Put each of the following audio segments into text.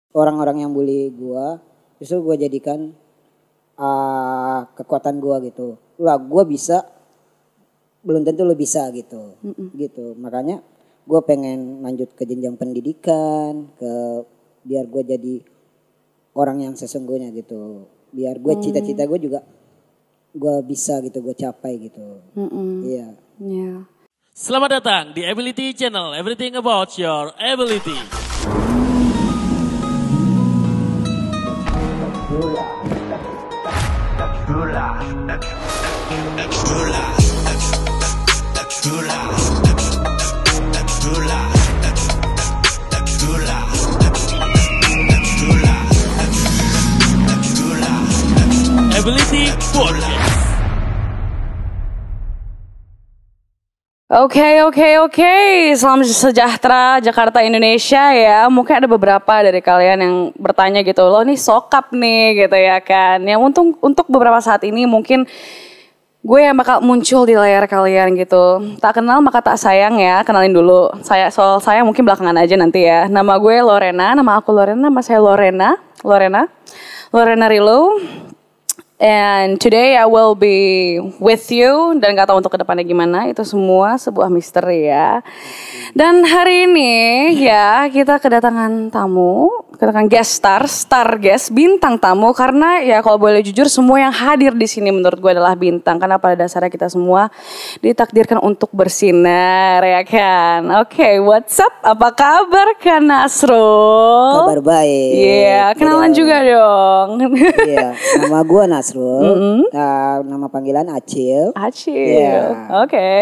orang-orang yang bully gue justru gue jadikan kekuatan gue gitu. Lah gue bisa, belum tentu lo bisa gitu. Gitu. Makanya gue pengen lanjut ke jenjang pendidikan, biar gue jadi orang yang sesungguhnya gitu. Biar gue cita-cita gue juga gue bisa gitu, gue capai gitu. Iya. Yeah. Selamat datang di Ability Channel, everything about your ability. Ability Podcast. Oke. Salam sejahtera Jakarta Indonesia ya. Mungkin ada beberapa dari kalian yang bertanya gitu, lo nih sokap nih gitu ya kan. Yang untuk beberapa saat ini mungkin gue yang bakal muncul di layar kalian gitu. Tak kenal maka tak sayang ya, kenalin dulu. Soal saya mungkin belakangan aja nanti ya. Nama gue Lorena, nama aku Lorena, nama saya Lorena Rilo. And today I will be with you, dan gak tahu untuk kedepannya gimana, itu semua sebuah misteri ya. Dan hari ini ya kita kedatangan star guest, bintang tamu, karena ya kalau boleh jujur semua yang hadir di sini menurut gue adalah bintang, karena pada dasarnya kita semua ditakdirkan untuk bersinar ya kan. Oke, what's up? Apa kabar Kak Nasrul? Kabar baik. Iya, kenalan juga dong. Iya, nama gue Nasrul, nama panggilan Acil. Yeah. Oke.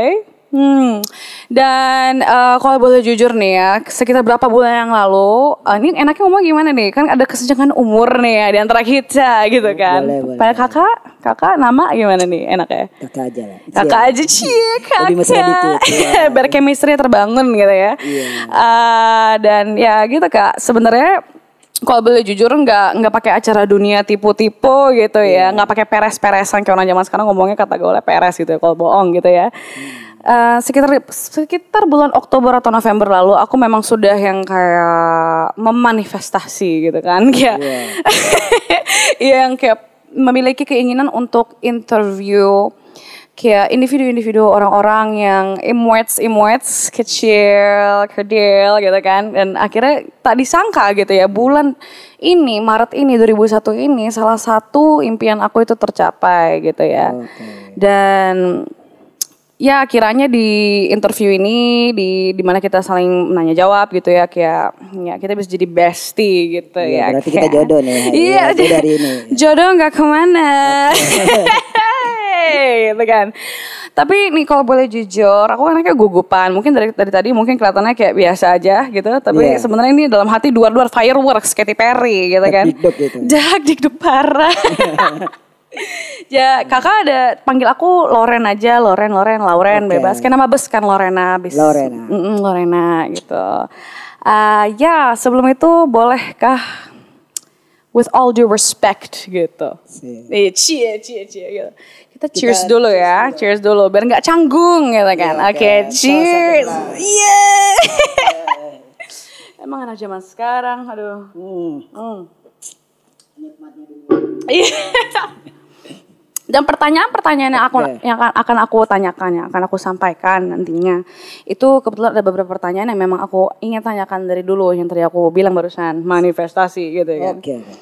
Dan kalau boleh jujur nih ya, sekitar berapa bulan yang lalu, ini enaknya ngomong gimana nih? Kan ada kesenjangan umur nih ya di antara kita gitu kan. Boleh. Kakak nama gimana nih enaknya? Kakak aja lah. Kakak aja kakak. Lebih mesra dikit. Ya. Biar chemistry terbangun gitu ya. Dan ya gitu Kak, sebenarnya kalau boleh jujur nggak pakai acara dunia tipu-tipu gitu ya, nggak pakai peres-peresan kayak orang zaman sekarang ngomongnya kata gaulnya peres gitu ya, kalau bohong gitu ya. Sekitar bulan Oktober atau November lalu aku memang sudah yang kayak memanifestasi gitu kan, kayak yang kayak memiliki keinginan untuk interview kayak individu-individu orang-orang yang imwets kecil gitu kan. Dan akhirnya tak disangka gitu ya, bulan ini Maret ini 2001 ini salah satu impian aku itu tercapai gitu ya. Dan ya kiranya di interview ini di mana kita saling menanya jawab gitu ya, kayak ya kita bisa jadi bestie gitu ya. Berarti kita jodoh nih. Iya, dari ini. Jodoh nggak kemana. Gitu kan. Tapi nih kalau boleh jujur, aku anaknya gugupan. Mungkin dari tadi mungkin kelihatannya kayak biasa aja gitu. Tapi sebenarnya ini dalam hati duar fireworks Katy Perry gitu kan. Dikduk parah. Ya kakak ada panggil aku Lauren aja, Lauren, bebas. Kayak nama bes kan Lorena. Lorena gitu. Ya sebelum itu bolehkah with all due respect gitu. Cie gitu. Kita cheers dulu ya. Cheers dulu biar enggak canggung gitu kan. Oke, cheers. Yeah. Emang anak zaman sekarang, aduh. Dan pertanyaan yang akan aku tanyakan, yang akan aku sampaikan nantinya, itu kebetulan ada beberapa pertanyaan yang memang aku ingin tanyakan dari dulu, yang tadi aku bilang barusan, manifestasi gitu ya.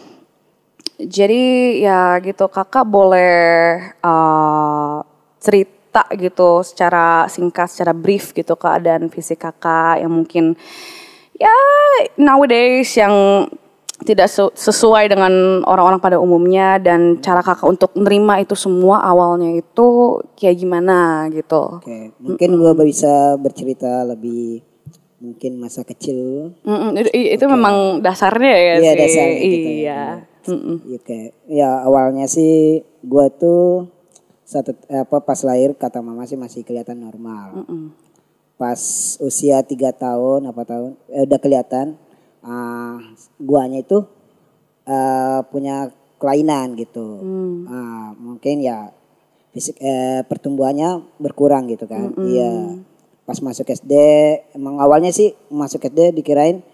Jadi ya gitu, kakak boleh cerita gitu secara singkat, secara brief gitu keadaan fisik kakak yang mungkin ya nowadays yang tidak sesuai dengan orang-orang pada umumnya, dan cara kakak untuk menerima itu semua awalnya itu kayak gimana gitu. Mungkin gue bisa bercerita lebih mungkin masa kecil. Itu memang dasarnya ya sih. Iya dasarnya gitu. Iya. Ya awalnya sih gue tuh pas lahir kata mama sih masih kelihatan normal. Pas usia 3 tahun udah kelihatan. Guanya itu punya kelainan gitu. Mungkin ya fisik pertumbuhannya berkurang gitu kan. Iya. Pas masuk SD emang awalnya sih masuk SD dikirain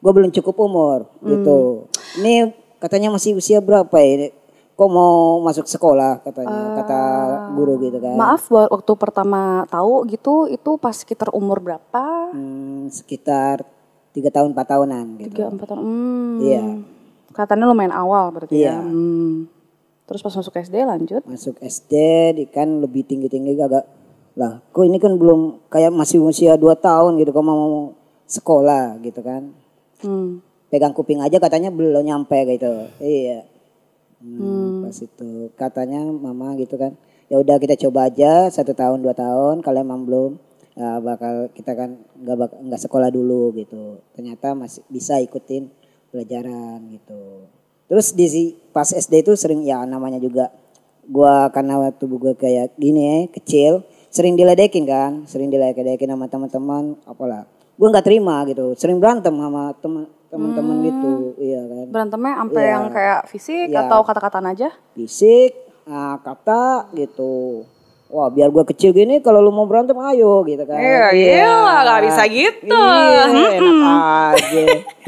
gue belum cukup umur gitu. Ini katanya masih usia berapa ya? Kok mau masuk sekolah katanya, kata guru gitu kan. Maaf, waktu pertama tahu gitu itu pas sekitar umur berapa? Sekitar 3 tahun 4 tahunan gitu. 3-4 tahun. Iya. Katanya lumayan awal berarti Iya. ya. Terus pas masuk SD lanjut? Masuk SD kan lebih tinggi-tinggi agak lah. Kok ini kan belum kayak masih usia 2 tahun gitu, kok mau sekolah gitu kan. Pegang kuping aja katanya belum nyampe gitu. Iya. Pas itu katanya mama gitu kan, ya udah kita coba aja 1 tahun 2 tahun, kalau emang belum ya bakal kita kan nggak sekolah dulu gitu. Ternyata masih bisa ikutin pelajaran gitu. Terus pas SD itu sering ya namanya juga gua karena waktu gua kayak gini kecil sering diledekin kan, sering diledekin sama teman-teman apalah. Gua nggak terima gitu, sering berantem sama teman-teman gitu, iya kan. Berantemnya sampai Iya. yang kayak fisik Iya. atau kata-kataan aja? Fisik, kata gitu. Wah biar gue kecil gini kalau lu mau berantem ayo gitu kan. Iya, gak bisa gitu. Iya, enak aja.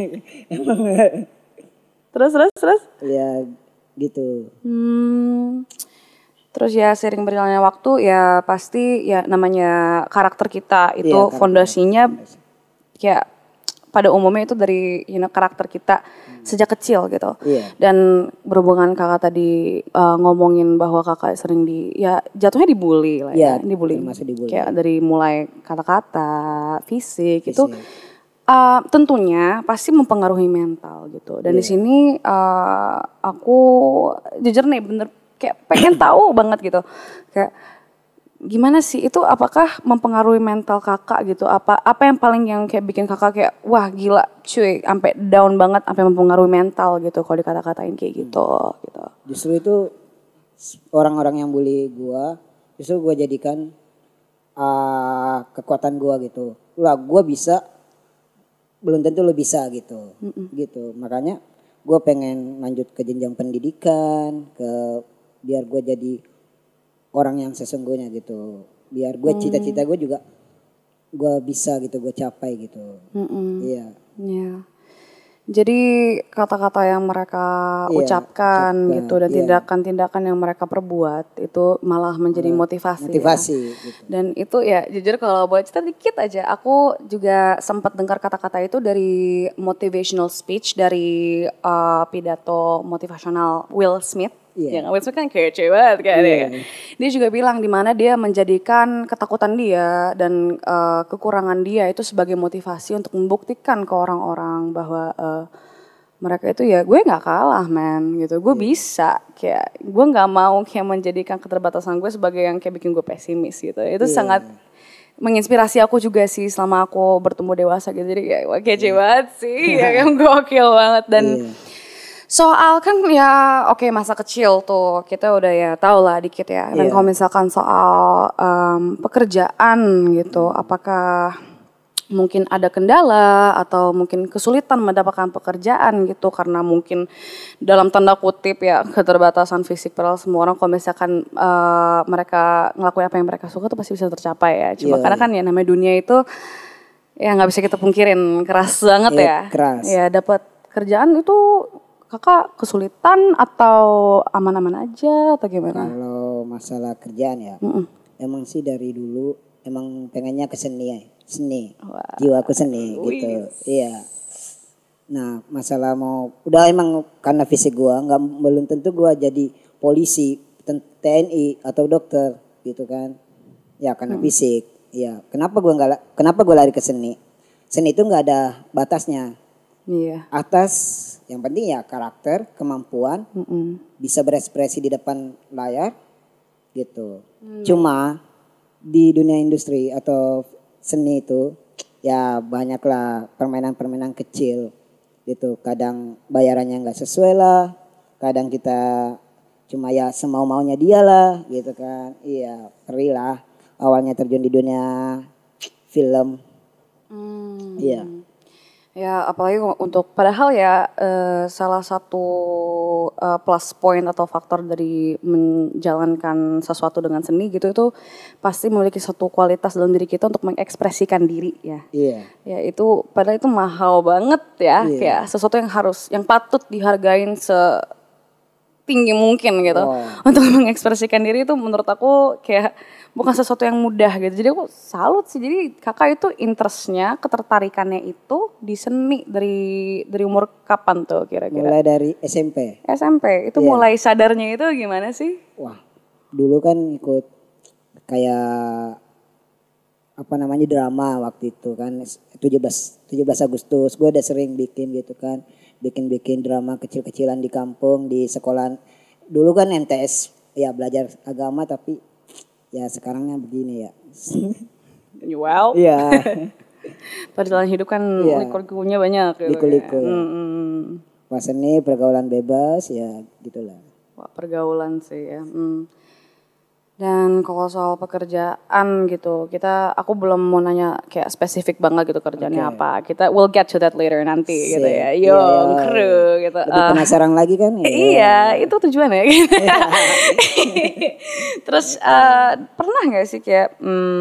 Terus? Ya gitu. Terus ya sering berjalannya waktu ya pasti ya namanya karakter kita itu Iya, karakter. fondasinya ya pada umumnya itu dari karakter kita sejak kecil gitu. Iya. Dan berhubungan kakak tadi ngomongin bahwa kakak sering ya jatuhnya dibully lah ya. Iya, Dibully. termasuk dibully. Kayak dari mulai kata-kata, fisik itu Fisik. tentunya pasti mempengaruhi mental gitu. Dan di sini aku jujur nih bener kayak pengen tahu banget gitu. Kayak gimana sih itu, apakah mempengaruhi mental kakak gitu? Apa yang paling yang kayak bikin kakak kayak wah gila cuy sampai down banget, sampai mempengaruhi mental gitu kalau dikata-katain kayak gitu gitu. Justru itu orang-orang yang bully gua justru gua jadikan kekuatan gua gitu. Lah gua bisa belum tentu lo bisa gitu. Gitu. Makanya gua pengen lanjut ke jenjang pendidikan, biar gua jadi orang yang sesungguhnya gitu, biar gue cita-cita gue juga gue bisa gitu, gue capai gitu. Iya. Iya. Jadi kata-kata yang mereka ucapkan gitu dan tindakan-tindakan yang mereka perbuat itu malah menjadi motivasi. Motivasi Ya. gitu. Dan itu ya jujur kalau boleh cerita dikit aja, aku juga sempat dengar kata-kata itu dari motivational speech dari pidato motivasional Will Smith. Iya. Ya, Will Smith kan kece banget kan ya. Dia juga bilang di mana dia menjadikan ketakutan dia dan kekurangan dia itu sebagai motivasi untuk membuktikan ke orang-orang bahwa mereka itu ya gue nggak kalah man gitu, gue bisa, kayak gue nggak mau kayak menjadikan keterbatasan gue sebagai yang kayak bikin gue pesimis gitu. Itu sangat menginspirasi aku juga sih selama aku bertumbuh dewasa gitu. Jadi kayak wah kece banget sih, ya yang gokil banget. Dan soal kan ya oke, masa kecil tuh kita udah ya tau lah dikit ya. Dan kalau misalkan soal pekerjaan gitu, apakah mungkin ada kendala atau mungkin kesulitan mendapatkan pekerjaan gitu karena mungkin dalam tanda kutip ya keterbatasan fisik, padahal semua orang kalau misalkan mereka ngelakuin apa yang mereka suka tuh pasti bisa tercapai ya. Cuma karena kan ya namanya dunia itu ya nggak bisa kita pungkirin keras banget ya. Keras. Ya dapat kerjaan itu kakak kesulitan atau aman-aman aja atau gimana? Kalau masalah kerjaan ya, emang sih dari dulu emang pengennya ke seni ya. Seni, jiwaku seni gitu. Iya. Nah masalah udah emang karena fisik gua belum tentu gua jadi polisi, TNI atau dokter gitu kan. Ya karena fisik. Ya kenapa gua lari ke seni? Seni itu nggak ada batasnya. Iya. Atas yang penting ya karakter, kemampuan, bisa berekspresi di depan layar gitu. Cuma di dunia industri atau seni itu ya banyaklah permainan-permainan kecil gitu. Kadang bayarannya nggak sesuai lah, kadang kita cuma ya semau-maunya dia lah gitu kan. Iya, perih lah awalnya terjun di dunia film. Iya. Ya apalagi untuk padahal ya salah satu plus point atau faktor dari menjalankan sesuatu dengan seni gitu, itu pasti memiliki satu kualitas dalam diri kita untuk mengekspresikan diri ya. Iya. Ya itu padahal itu mahal banget ya, kayak sesuatu yang patut dihargain setinggi mungkin gitu. Untuk mengekspresikan diri itu menurut aku kayak bukan sesuatu yang mudah gitu. Jadi aku salut sih. Jadi kakak itu interestnya, ketertarikannya itu di seni dari umur kapan tuh kira-kira? Mulai dari SMP. SMP, itu mulai sadarnya itu gimana sih? Wah, dulu kan ikut kayak apa namanya drama waktu itu kan 17 Agustus gue udah sering bikin gitu kan, bikin drama kecil-kecilan di kampung, di sekolahan. Dulu kan MTS ya belajar agama, tapi ya sekarangnya begini ya. Wow. Iya. Perjalanan hidup kan liku-likunya banyak gitu. Liku-liku ya. Pas seni pergaulan bebas ya gitulah. Wah, pergaulan sih ya. Dan kalau soal pekerjaan gitu, aku belum mau nanya kayak spesifik banget gitu kerjaannya apa. We'll get to that later nanti gitu ya. Yo, kru gitu. Lebih penasaran lagi kan? Iya, itu tujuannya gitu. Terus pernah nggak sih kayak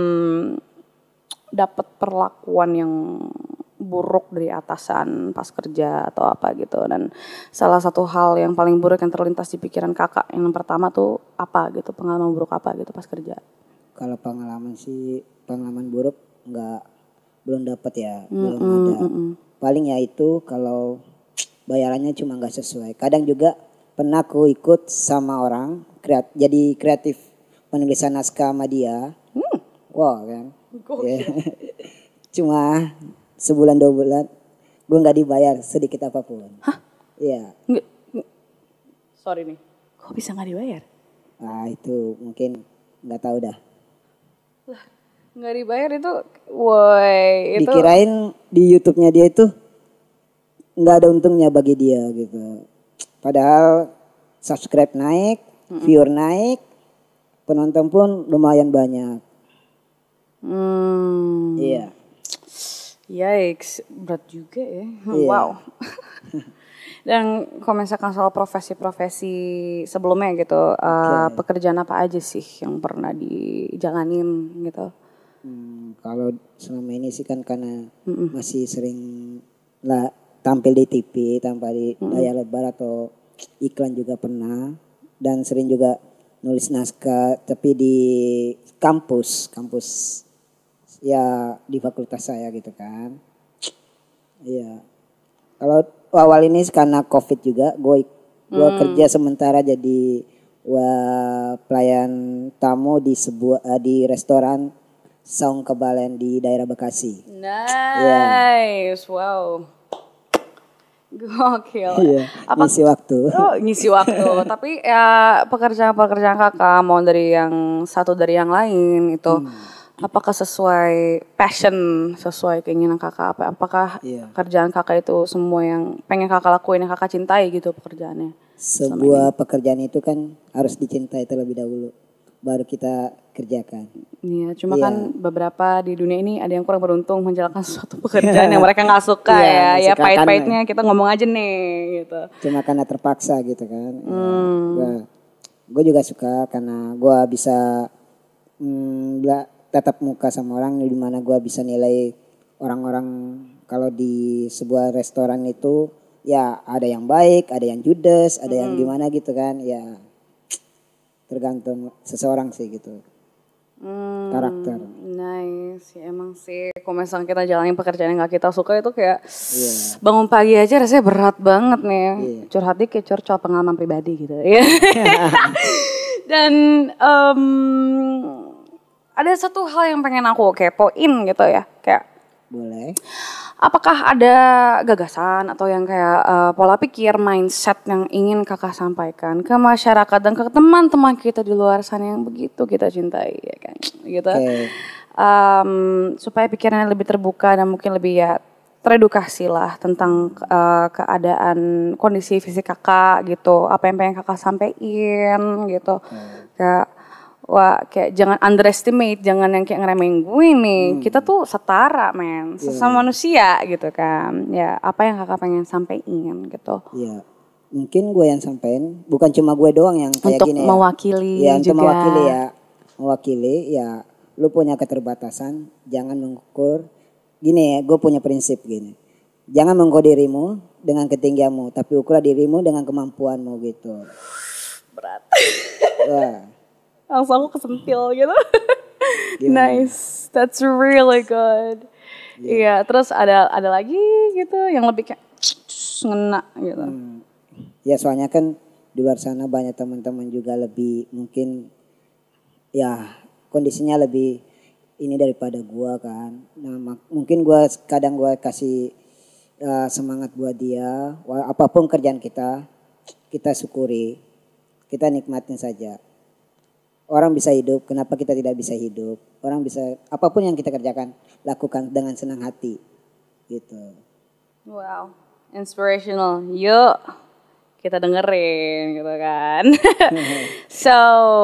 dapat perlakuan yang buruk dari atasan pas kerja atau apa gitu, dan salah satu hal yang paling buruk yang terlintas di pikiran kakak yang pertama tuh apa gitu, pengalaman buruk apa gitu pas kerja? Kalau pengalaman buruk belum dapat ya, belum ada. Paling ya itu kalau bayarannya cuma nggak sesuai. Kadang juga pernah aku ikut sama orang jadi kreatif penulisan naskah sama dia. Wow kan. Cuma sebulan 2 bulan gue nggak dibayar sedikit apapun. Hah? Iya. Sorry nih, kok bisa nggak dibayar? Nah itu mungkin nggak tahu dah. Lah, nggak dibayar itu, woi itu. Dikirain di YouTube-nya dia itu nggak ada untungnya bagi dia gitu. Padahal subscribe naik, viewer naik, penonton pun lumayan banyak. Iya. Yikes, berat juga ya. Iya. Wow. Dan kalau misalkan soal profesi-profesi sebelumnya gitu, pekerjaan apa aja sih yang pernah dijalanin gitu? Kalau selama ini sih kan karena masih sering tampil di TV, tampil di layar lebar atau iklan juga pernah, dan sering juga nulis naskah tapi di kampus ya di fakultas saya gitu kan. Iya. Kalau awal ini karena COVID juga, gue kerja sementara jadi pelayan tamu di restoran Saung Kebalen di daerah Bekasi. Nice, wow. Gokil. Iya, ngisi waktu. Oh, ngisi waktu. Tapi ya pekerjaan kakak mau dari yang satu dari yang lain itu. Apakah sesuai passion, sesuai keinginan kakak apa? Apakah kerjaan kakak itu semua yang pengen kakak lakuin, yang kakak cintai gitu pekerjaannya? Sebuah pekerjaan itu kan harus dicintai terlebih dahulu, baru kita kerjakan. Iya, cuma kan beberapa di dunia ini ada yang kurang beruntung menjalankan suatu pekerjaan yang mereka nggak suka ya pahit-pahitnya kita ngomong aja nih gitu. Cuma karena terpaksa gitu kan. Gue juga suka karena gue bisa tatap muka sama orang, di mana gue bisa nilai orang-orang. Kalau di sebuah restoran itu ya ada yang baik, ada yang judes, ada yang gimana gitu kan, ya tergantung seseorang sih gitu. Karakter. Nice, ya, emang sih kalau misalnya kita jalanin pekerjaan yang gak kita suka itu kayak bangun pagi aja rasanya berat banget nih. Curhat dikit, curcol pengalaman pribadi gitu. Dan ada satu hal yang pengen aku kepoin gitu ya, kayak boleh. Apakah ada gagasan atau yang kayak pola pikir, mindset yang ingin kakak sampaikan ke masyarakat dan ke teman-teman kita di luar sana yang begitu kita cintai ya kan, gitu. Supaya pikirannya lebih terbuka dan mungkin lebih ya teredukasi lah tentang keadaan kondisi fisik kakak gitu, apa yang pengen kakak sampaikan gitu. Kayak kayak jangan underestimate, jangan yang kayak ngeremehin gue nih. Kita tuh setara sesama manusia gitu kan. Ya apa yang kakak pengen sampaikan gitu. Iya, mungkin gue yang sampein, bukan cuma gue doang yang kayak Untuk gini ya. mewakili Ya untuk juga. mewakili ya lu punya keterbatasan, jangan mengukur. Gini ya, gue punya prinsip gini. Jangan mengukur dirimu dengan ketinggianmu, tapi ukurlah dirimu dengan kemampuanmu gitu. Berat. Wah, Langsung aku kesentil gitu. Gimana? Nice, that's really good. Iya, terus ada lagi gitu yang lebih kayak ngena gitu. ya soalnya kan di luar sana banyak teman-teman juga lebih mungkin ya kondisinya lebih ini daripada gua kan. Nah, mungkin gua kadang gua kasih semangat buat dia. Apapun kerjaan kita syukuri, kita nikmatin saja. Orang bisa hidup, kenapa kita tidak bisa hidup? Orang bisa, apapun yang kita kerjakan, lakukan dengan senang hati. Gitu. Wow, inspirational. Yuk, kita dengerin gitu kan. So,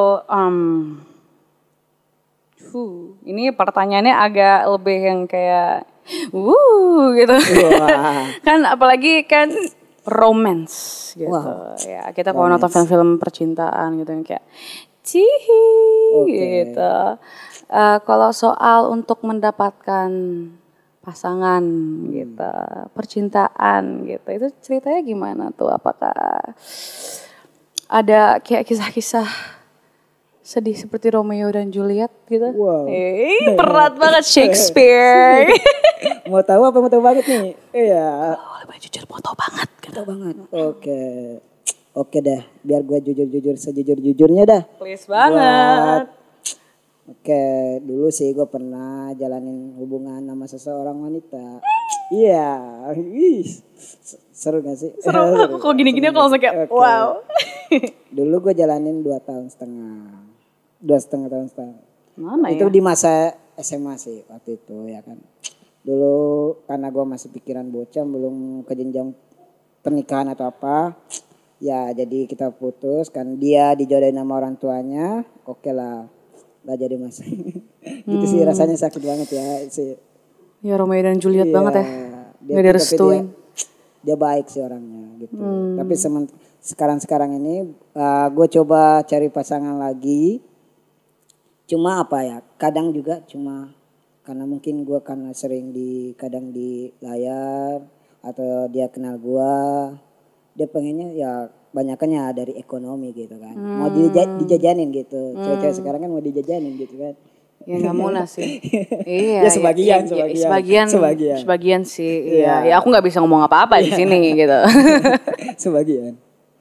ini pertanyaannya agak lebih yang kayak, gitu. Wah. Kan apalagi kan romance gitu. Wow. Ya, kita kalau nonton film-film percintaan gitu yang kayak cihi gitu. Kalau soal untuk mendapatkan pasangan gitu, percintaan gitu, itu ceritanya gimana tuh? Apakah ada kayak kisah-kisah sedih seperti Romeo dan Juliet gitu? Wow. Berat banget Shakespeare. Mau tahu apa mau tahu banget nih? Iya. Lebih jujur mau tahu banget gitu. Tahu banget. Oke deh, biar gue jujur-jujur sejujur-jujurnya dah. Please banget. Oke, dulu sih gue pernah jalanin hubungan sama seseorang wanita. Iya, seru gak sih? Seru. Kok gini-gini aku langsung kayak wow. Dulu gue jalanin 2,5 tahun. 2,5 tahun. Mana Itu ya? di masa SMA sih waktu itu ya kan. Dulu karena gue masih pikiran bocah, belum ke jenjang pernikahan atau apa. Ya jadi kita putus kan, dia dijodohin sama orang tuanya, oke lah, gak jadi mas. Gitu sih rasanya sakit banget ya sih. Ya Romeo dan Juliet Iya, banget ya. Gak direstuin. Dia baik sih orangnya gitu. Tapi sekarang ini gue coba cari pasangan lagi. Cuma apa ya, kadang juga cuma karena mungkin gue karena sering kadang di layar atau dia kenal gue. Dia pengennya ya banyakannya dari ekonomi gitu kan. Mau dijajanin gitu. Cewek-cewek sekarang kan mau dijajanin gitu kan. Ya nggak muna sih. Iya. Ya sebagian. Sebagian sih. Iya. Ya aku nggak bisa ngomong apa-apa di sini gitu. Sebagian.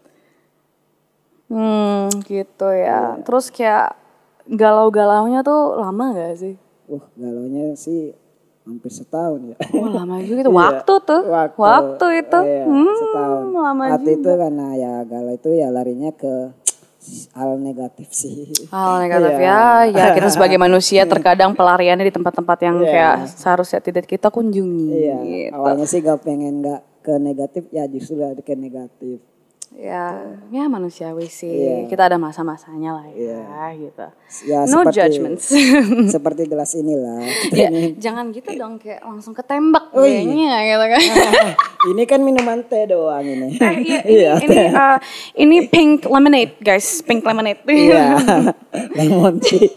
Gitu ya. Terus kayak galau-galaunya tuh lama nggak sih? Galaunya sih hampir setahun ya. Lama juga itu. Waktu tuh. Waktu itu. Iya, setahun. Lama Waktu juga. itu karena ya galau itu ya larinya ke hal negatif sih. Hal negatif ya kita sebagai manusia terkadang pelariannya di tempat-tempat yang kayak seharusnya tidak kita kunjungi. Iya, gitu. awalnya sih gak ke negatif, ya justru ada ke negatif. Ya manusiawi sih. Kita ada masa-masanya lah ya gitu. Ya, No seperti, judgments. Seperti gelas inilah. Jangan gitu dong kayak langsung ketembak kayaknya gitu kan. Ini kan minuman teh doang ini. Ini pink lemonade guys, pink lemonade. Iya, lemon tea.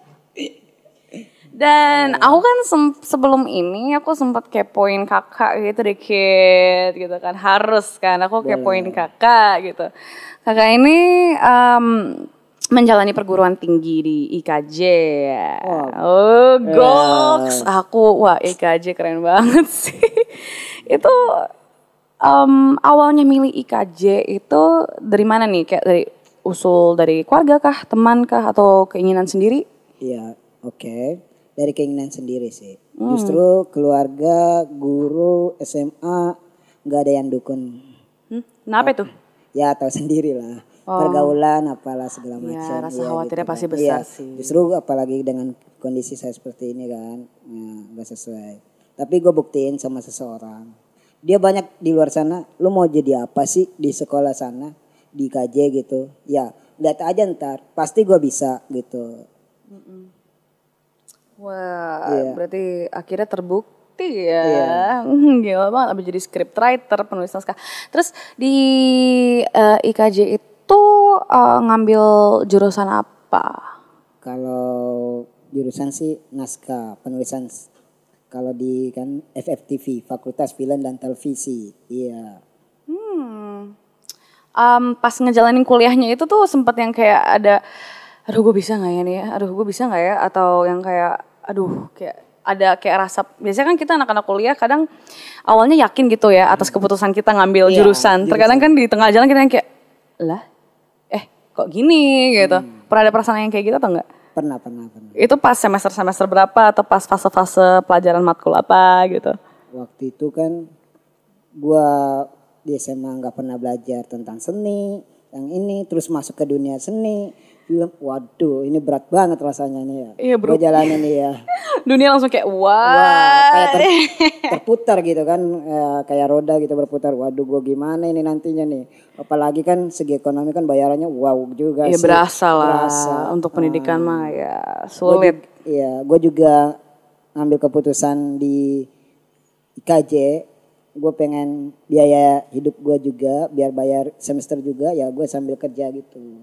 Dan aku kan sebelum ini aku sempat kepoin kakak gitu dikit gitu kan. Harus kan aku kepoin kakak gitu. Kakak ini menjalani perguruan tinggi di IKJ ya. Goks. Aku IKJ keren banget sih. Itu awalnya milih IKJ itu dari mana nih? Kayak dari usul dari keluarga kah, teman kah, atau keinginan sendiri? Iya, oke. Dari keinginan sendiri sih. Justru keluarga, guru, SMA nggak ada yang dukun. Kenapa itu? Ya tahu sendiri lah. Pergaulan apalah segala macam. Ya, rasa gitu khawatirnya pasti kan. besar sih. Justru apalagi dengan kondisi saya seperti ini kan, nggak sesuai. Tapi gue buktiin sama seseorang. Dia banyak di luar sana. Lu mau jadi apa sih di sekolah sana, di KJ gitu? Ya lihat aja ntar. Pasti gue bisa gitu. Wah, berarti akhirnya terbukti ya. Gila banget, abis jadi scriptwriter, penulis naskah. Terus di IKJ itu ngambil jurusan apa? Kalau jurusan sih naskah penulisan. Kalau di kan FFTV, Fakultas Film dan Televisi. Iya. Pas ngejalanin kuliahnya itu tuh sempet yang kayak ada, aduh gue bisa nggak ya nih ya, aduh gue bisa nggak ya, atau yang kayak, aduh kayak ada kayak rasa, biasanya kan kita anak-anak kuliah kadang awalnya yakin gitu ya atas keputusan kita ngambil jurusan. Terkadang kan di tengah jalan kita yang kayak, lah, kok gini gitu. Pernah ada perasaan yang kayak gitu atau enggak? Pernah. Itu pas semester berapa atau pas fase-fase pelajaran matkul apa gitu? Waktu itu kan gua di SMA nggak pernah belajar tentang seni, yang ini terus masuk ke dunia seni, film, waduh ini berat banget rasanya nih ya. Iya bro. Gua jalanin nih ya. Dunia langsung kayak wah kayak terputar gitu kan, kayak roda gitu berputar. Waduh gua gimana ini nantinya nih. Apalagi kan segi ekonomi kan bayarannya wow juga sih. Iya berasa lah untuk pendidikan mah ya sulit. Gue juga ngambil keputusan di IKJ. Gue pengen biaya hidup gue juga biar bayar semester juga ya gue sambil kerja gitu.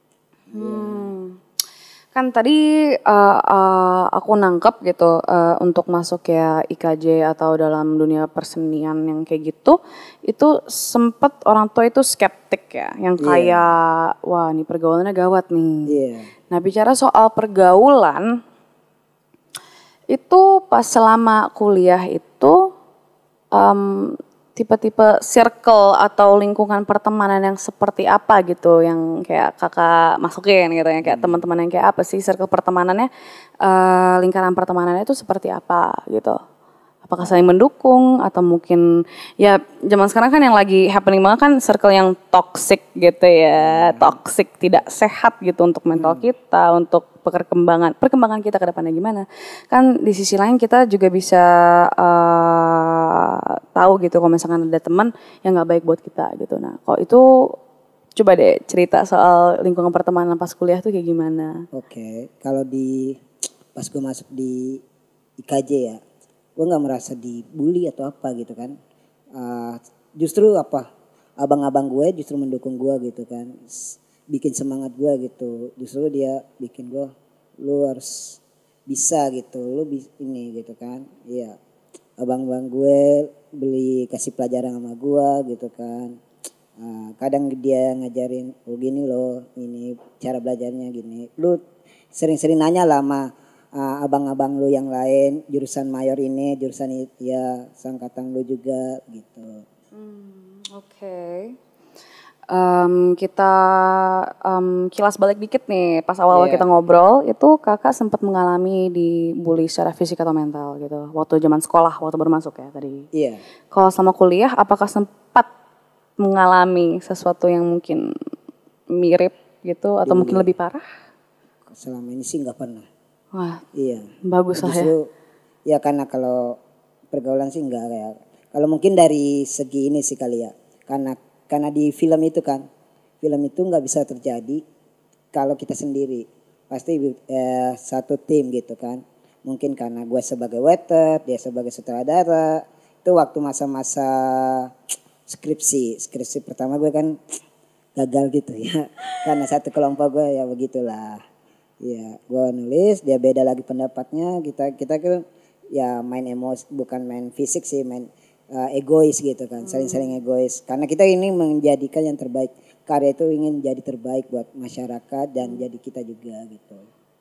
Kan tadi aku nangkep gitu untuk masuk ya IKJ atau dalam dunia persenian yang kayak gitu, itu sempet orang tua itu skeptik ya, yang kayak wah ini pergaulannya gawat nih. Nah bicara soal pergaulan, itu pas selama kuliah itu tipe-tipe circle atau lingkungan pertemanan yang seperti apa gitu yang kayak kakak masukin gitu, yang kayak teman-teman yang kayak apa sih circle pertemanannya, lingkaran pertemanannya itu seperti apa gitu? Apakah saling mendukung atau mungkin ya zaman sekarang kan yang lagi happening banget kan circle yang toxic gitu ya, toxic tidak sehat gitu untuk mental kita, untuk perkembangan kita ke depannya gimana. Kan di sisi lain kita juga bisa tahu gitu kalau misalkan ada teman yang nggak baik buat kita gitu. Nah, kalau itu coba deh cerita soal lingkungan pertemanan pas kuliah tuh kayak gimana? Oke, kalau pas gue masuk di IKJ ya, gue nggak merasa dibully atau apa gitu kan. Justru abang-abang gue justru mendukung gue gitu kan, bikin semangat gue gitu. Justru dia bikin gue, lu harus bisa gitu, ini gitu kan. Iya, abang-abang gue kasih pelajaran sama gue gitu kan. Kadang dia ngajarin, oh gini loh, ini cara belajarnya gini. Lu sering-sering nanya lah sama abang-abang lu yang lain, jurusan mayor ini, jurusan ya sangkatan lu juga gitu. Oke. Kita kilas balik dikit nih, pas awal-awal kita ngobrol itu kakak sempat mengalami dibully secara fisik atau mental gitu waktu zaman sekolah, waktu baru masuk ya tadi. Iya. Kalau sama kuliah apakah sempat mengalami sesuatu yang mungkin mirip gitu atau mungkin lebih parah? Selama ini sih nggak pernah. Wah, iya. Bagus lah ya. Ya karena kalau pergaulan sih enggak ya. Kalau mungkin dari segi ini sih kali ya. Karena di film itu kan, film itu nggak bisa terjadi kalau kita sendiri. Pasti satu tim gitu kan. Mungkin karena gue sebagai waiter, dia sebagai sutradara. Itu waktu masa-masa skripsi pertama gue kan gagal gitu ya. Karena satu kelompok gue ya begitulah. Ya, gue nulis, dia beda lagi pendapatnya. Kita kan ya main emosi, bukan main fisik sih, main egois gitu kan, saling-saling egois. Karena kita ini menjadikan yang terbaik, karya itu ingin jadi terbaik buat masyarakat dan jadi kita juga gitu.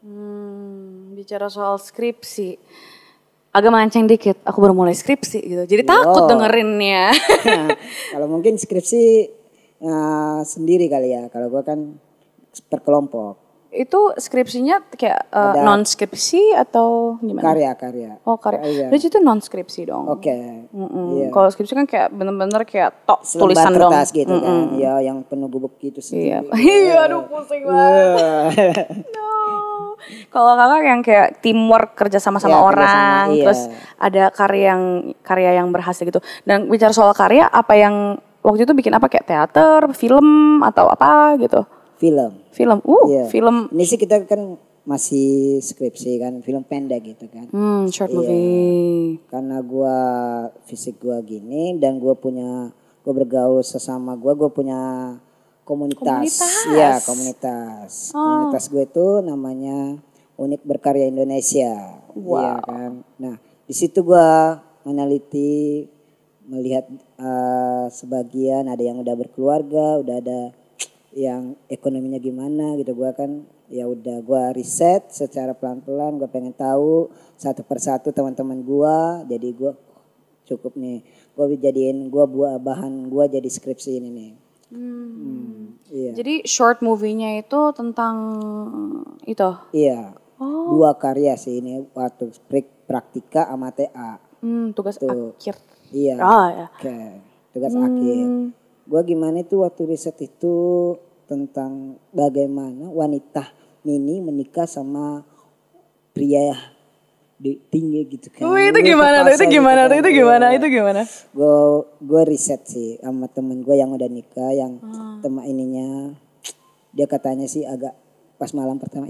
Bicara soal skripsi, agak melenceng dikit. Aku baru mulai skripsi gitu, jadi takut dengerinnya. Nah, kalau mungkin skripsi sendiri kali ya. Kalau gue kan per kelompok. Itu skripsinya kayak non skripsi atau gimana? Karya. Oh karya. Berarti itu non skripsi dong. Oke. Iya. Kalau skripsi kan kayak bener-bener kayak tulisan dong. Kertas gitu kan. Ya yang penuh bubuk gitu sih. Iya. Aduh pusing banget. No. Kalau kakak yang kayak teamwork kerja sama orang, terus ada karya yang berhasil gitu. Dan bicara soal karya, apa yang waktu itu bikin apa, kayak teater, film atau apa gitu? Film. Film. Film. Ini sih kita kan masih skripsi kan, film pendek gitu kan. Short movie. Karena fisik gua gini dan gua bergaul sesama gua punya komunitas. Iya, komunitas. Komunitas gue itu namanya Unik Berkarya Indonesia. Iya kan. Nah, di situ gue meneliti, melihat sebagian ada yang udah berkeluarga, udah ada yang ekonominya gimana gitu. Gue kan ya udah gue riset secara pelan-pelan, gue pengen tahu satu persatu teman-teman gue. Jadi gue cukup nih, gue jadiin gue buat bahan gue jadi skripsi ini nih. Iya. Jadi short movie-nya itu tentang itu? Iya, 2 karya sih ini waktu praktika sama TA. Tugas akhir. Iya. Ya. Oke, tugas akhir. Gue gimana itu waktu riset itu tentang bagaimana wanita mini menikah sama pria tinggi gitu kan. Itu gimana? Itu gimana? Gue riset sih sama temen gue yang udah nikah, yang teman ininya, dia katanya sih agak pas malam pertama,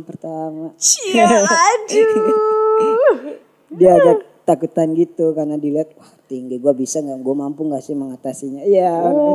Aduh. Dia agak takutan gitu karena dilihat wah tinggi, gue bisa nggak, gue mampu nggak sih mengatasinya? Iya.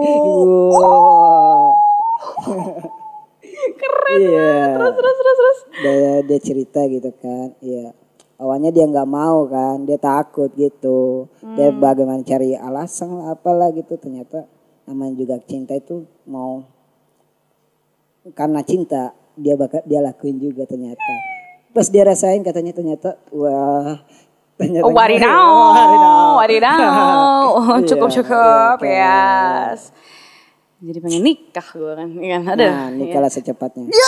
Keren. Iya. Terus. Dia cerita gitu kan. Iya. Awalnya dia nggak mau kan, dia takut gitu. Dia bagaimana cari alasan apalah gitu. Ternyata namanya juga cinta itu mau karena cinta dia lakuin juga ternyata. Pas dia rasain katanya ternyata wah. Wadidaw. Cukup Iya, yes. Jadi pengen nikah gue kan. Nah, nikahlah secepatnya. Ya,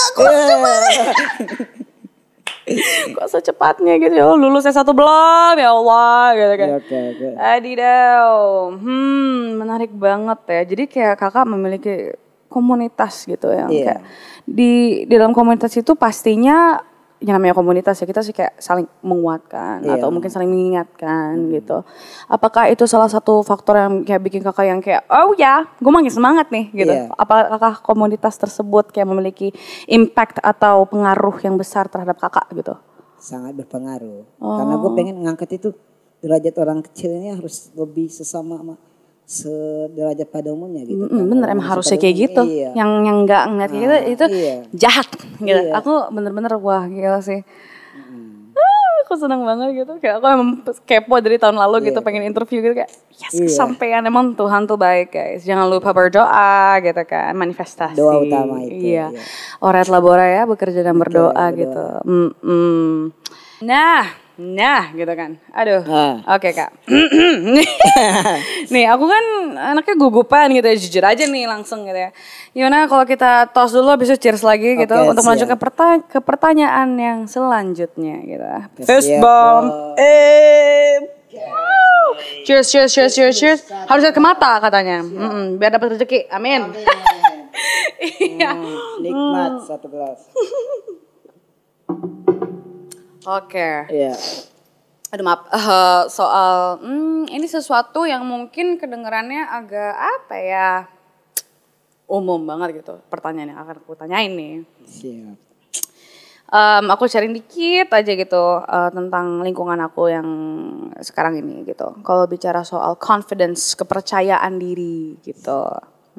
kok secepatnya gitu ya, lulus S1 belum ya Allah gitu kan. Oke. Adidaw. Menarik banget ya. Jadi kayak kakak memiliki komunitas gitu ya. Kayak di dalam komunitas itu pastinya yang namanya komunitas ya, kita sih kayak saling menguatkan atau mungkin saling mengingatkan gitu. Apakah itu salah satu faktor yang kayak bikin kakak yang kayak oh ya gue makin semangat nih gitu. Apakah komunitas tersebut kayak memiliki impact atau pengaruh yang besar terhadap kakak gitu? Sangat berpengaruh. Karena gue pengen ngangkat itu derajat orang kecil ini harus lebih sesama sederajat pada umumnya gitu kan. Bener, emang harusnya kayak gitu. Yang enggak kayak gitu itu jahat gitu. Aku bener-bener wah gila sih. Aku senang banget gitu. Kayak aku emang kepo dari tahun lalu gitu, pengen interview gitu kayak yes kesampaian, emang Tuhan tuh baik guys. Jangan lupa berdoa gitu kan, manifestasi. Doa utama itu. Iya. Orat labora ya, bekerja dan berdoa gitu. Nah gitu kan. Aduh. Oke Kak. Nih aku kan anaknya gugupan gitu ya, jujur aja nih langsung gitu ya. Gimana kalau kita toast dulu habis itu cheers lagi gitu untuk melanjutkan ke pertanyaan yang selanjutnya gitu. Fist bump. Cheers. Harus lihat ke mata katanya. Biar dapat rezeki. Amin. Iya. Nikmat satu gelas. Oke. Iya. Aduh maaf, soal ini sesuatu yang mungkin kedengerannya agak apa ya, umum banget gitu pertanyaan yang akan aku tanyain nih. Siap. Aku sharing dikit aja gitu tentang lingkungan aku yang sekarang ini gitu. Kalau bicara soal confidence, kepercayaan diri gitu.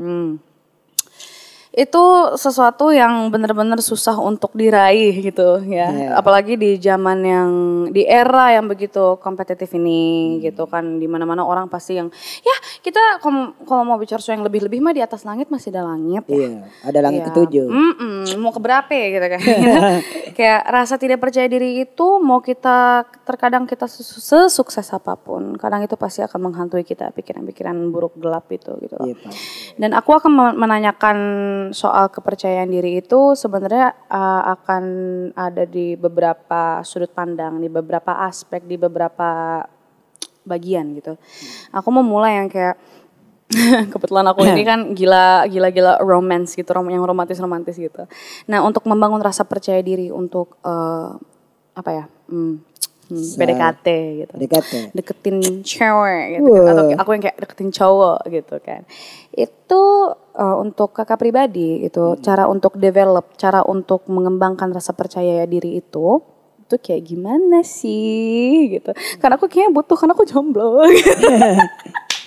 Itu sesuatu yang benar-benar susah untuk diraih gitu ya. Apalagi di zaman yang di era yang begitu kompetitif ini gitu kan, di mana-mana orang pasti yang ya kita kalau mau bicara soal yang lebih-lebih mah di atas langit masih ada langit ya. Iya, ada langit ketujuh. Mau ke berapa ya gitu kan. Kayak rasa tidak percaya diri itu mau kita terkadang kita sesukses apapun, kadang itu pasti akan menghantui kita, pikiran-pikiran buruk gelap itu gitu. Dan aku akan menanyakan soal kepercayaan diri itu sebenarnya akan ada di beberapa sudut pandang, di beberapa aspek, di beberapa bagian gitu. Aku mau mulai yang kayak kebetulan aku ini kan gila romance gitu, yang romantis gitu. Nah, untuk membangun rasa percaya diri untuk apa ya? PDKT gitu. Deketin cewek gitu kan. Atau aku yang kayak deketin cowok gitu kan. Itu untuk kakak pribadi itu cara untuk develop, cara untuk mengembangkan rasa percaya diri itu kayak gimana sih gitu. Karena aku kayaknya butuh, karena aku jomblo gitu.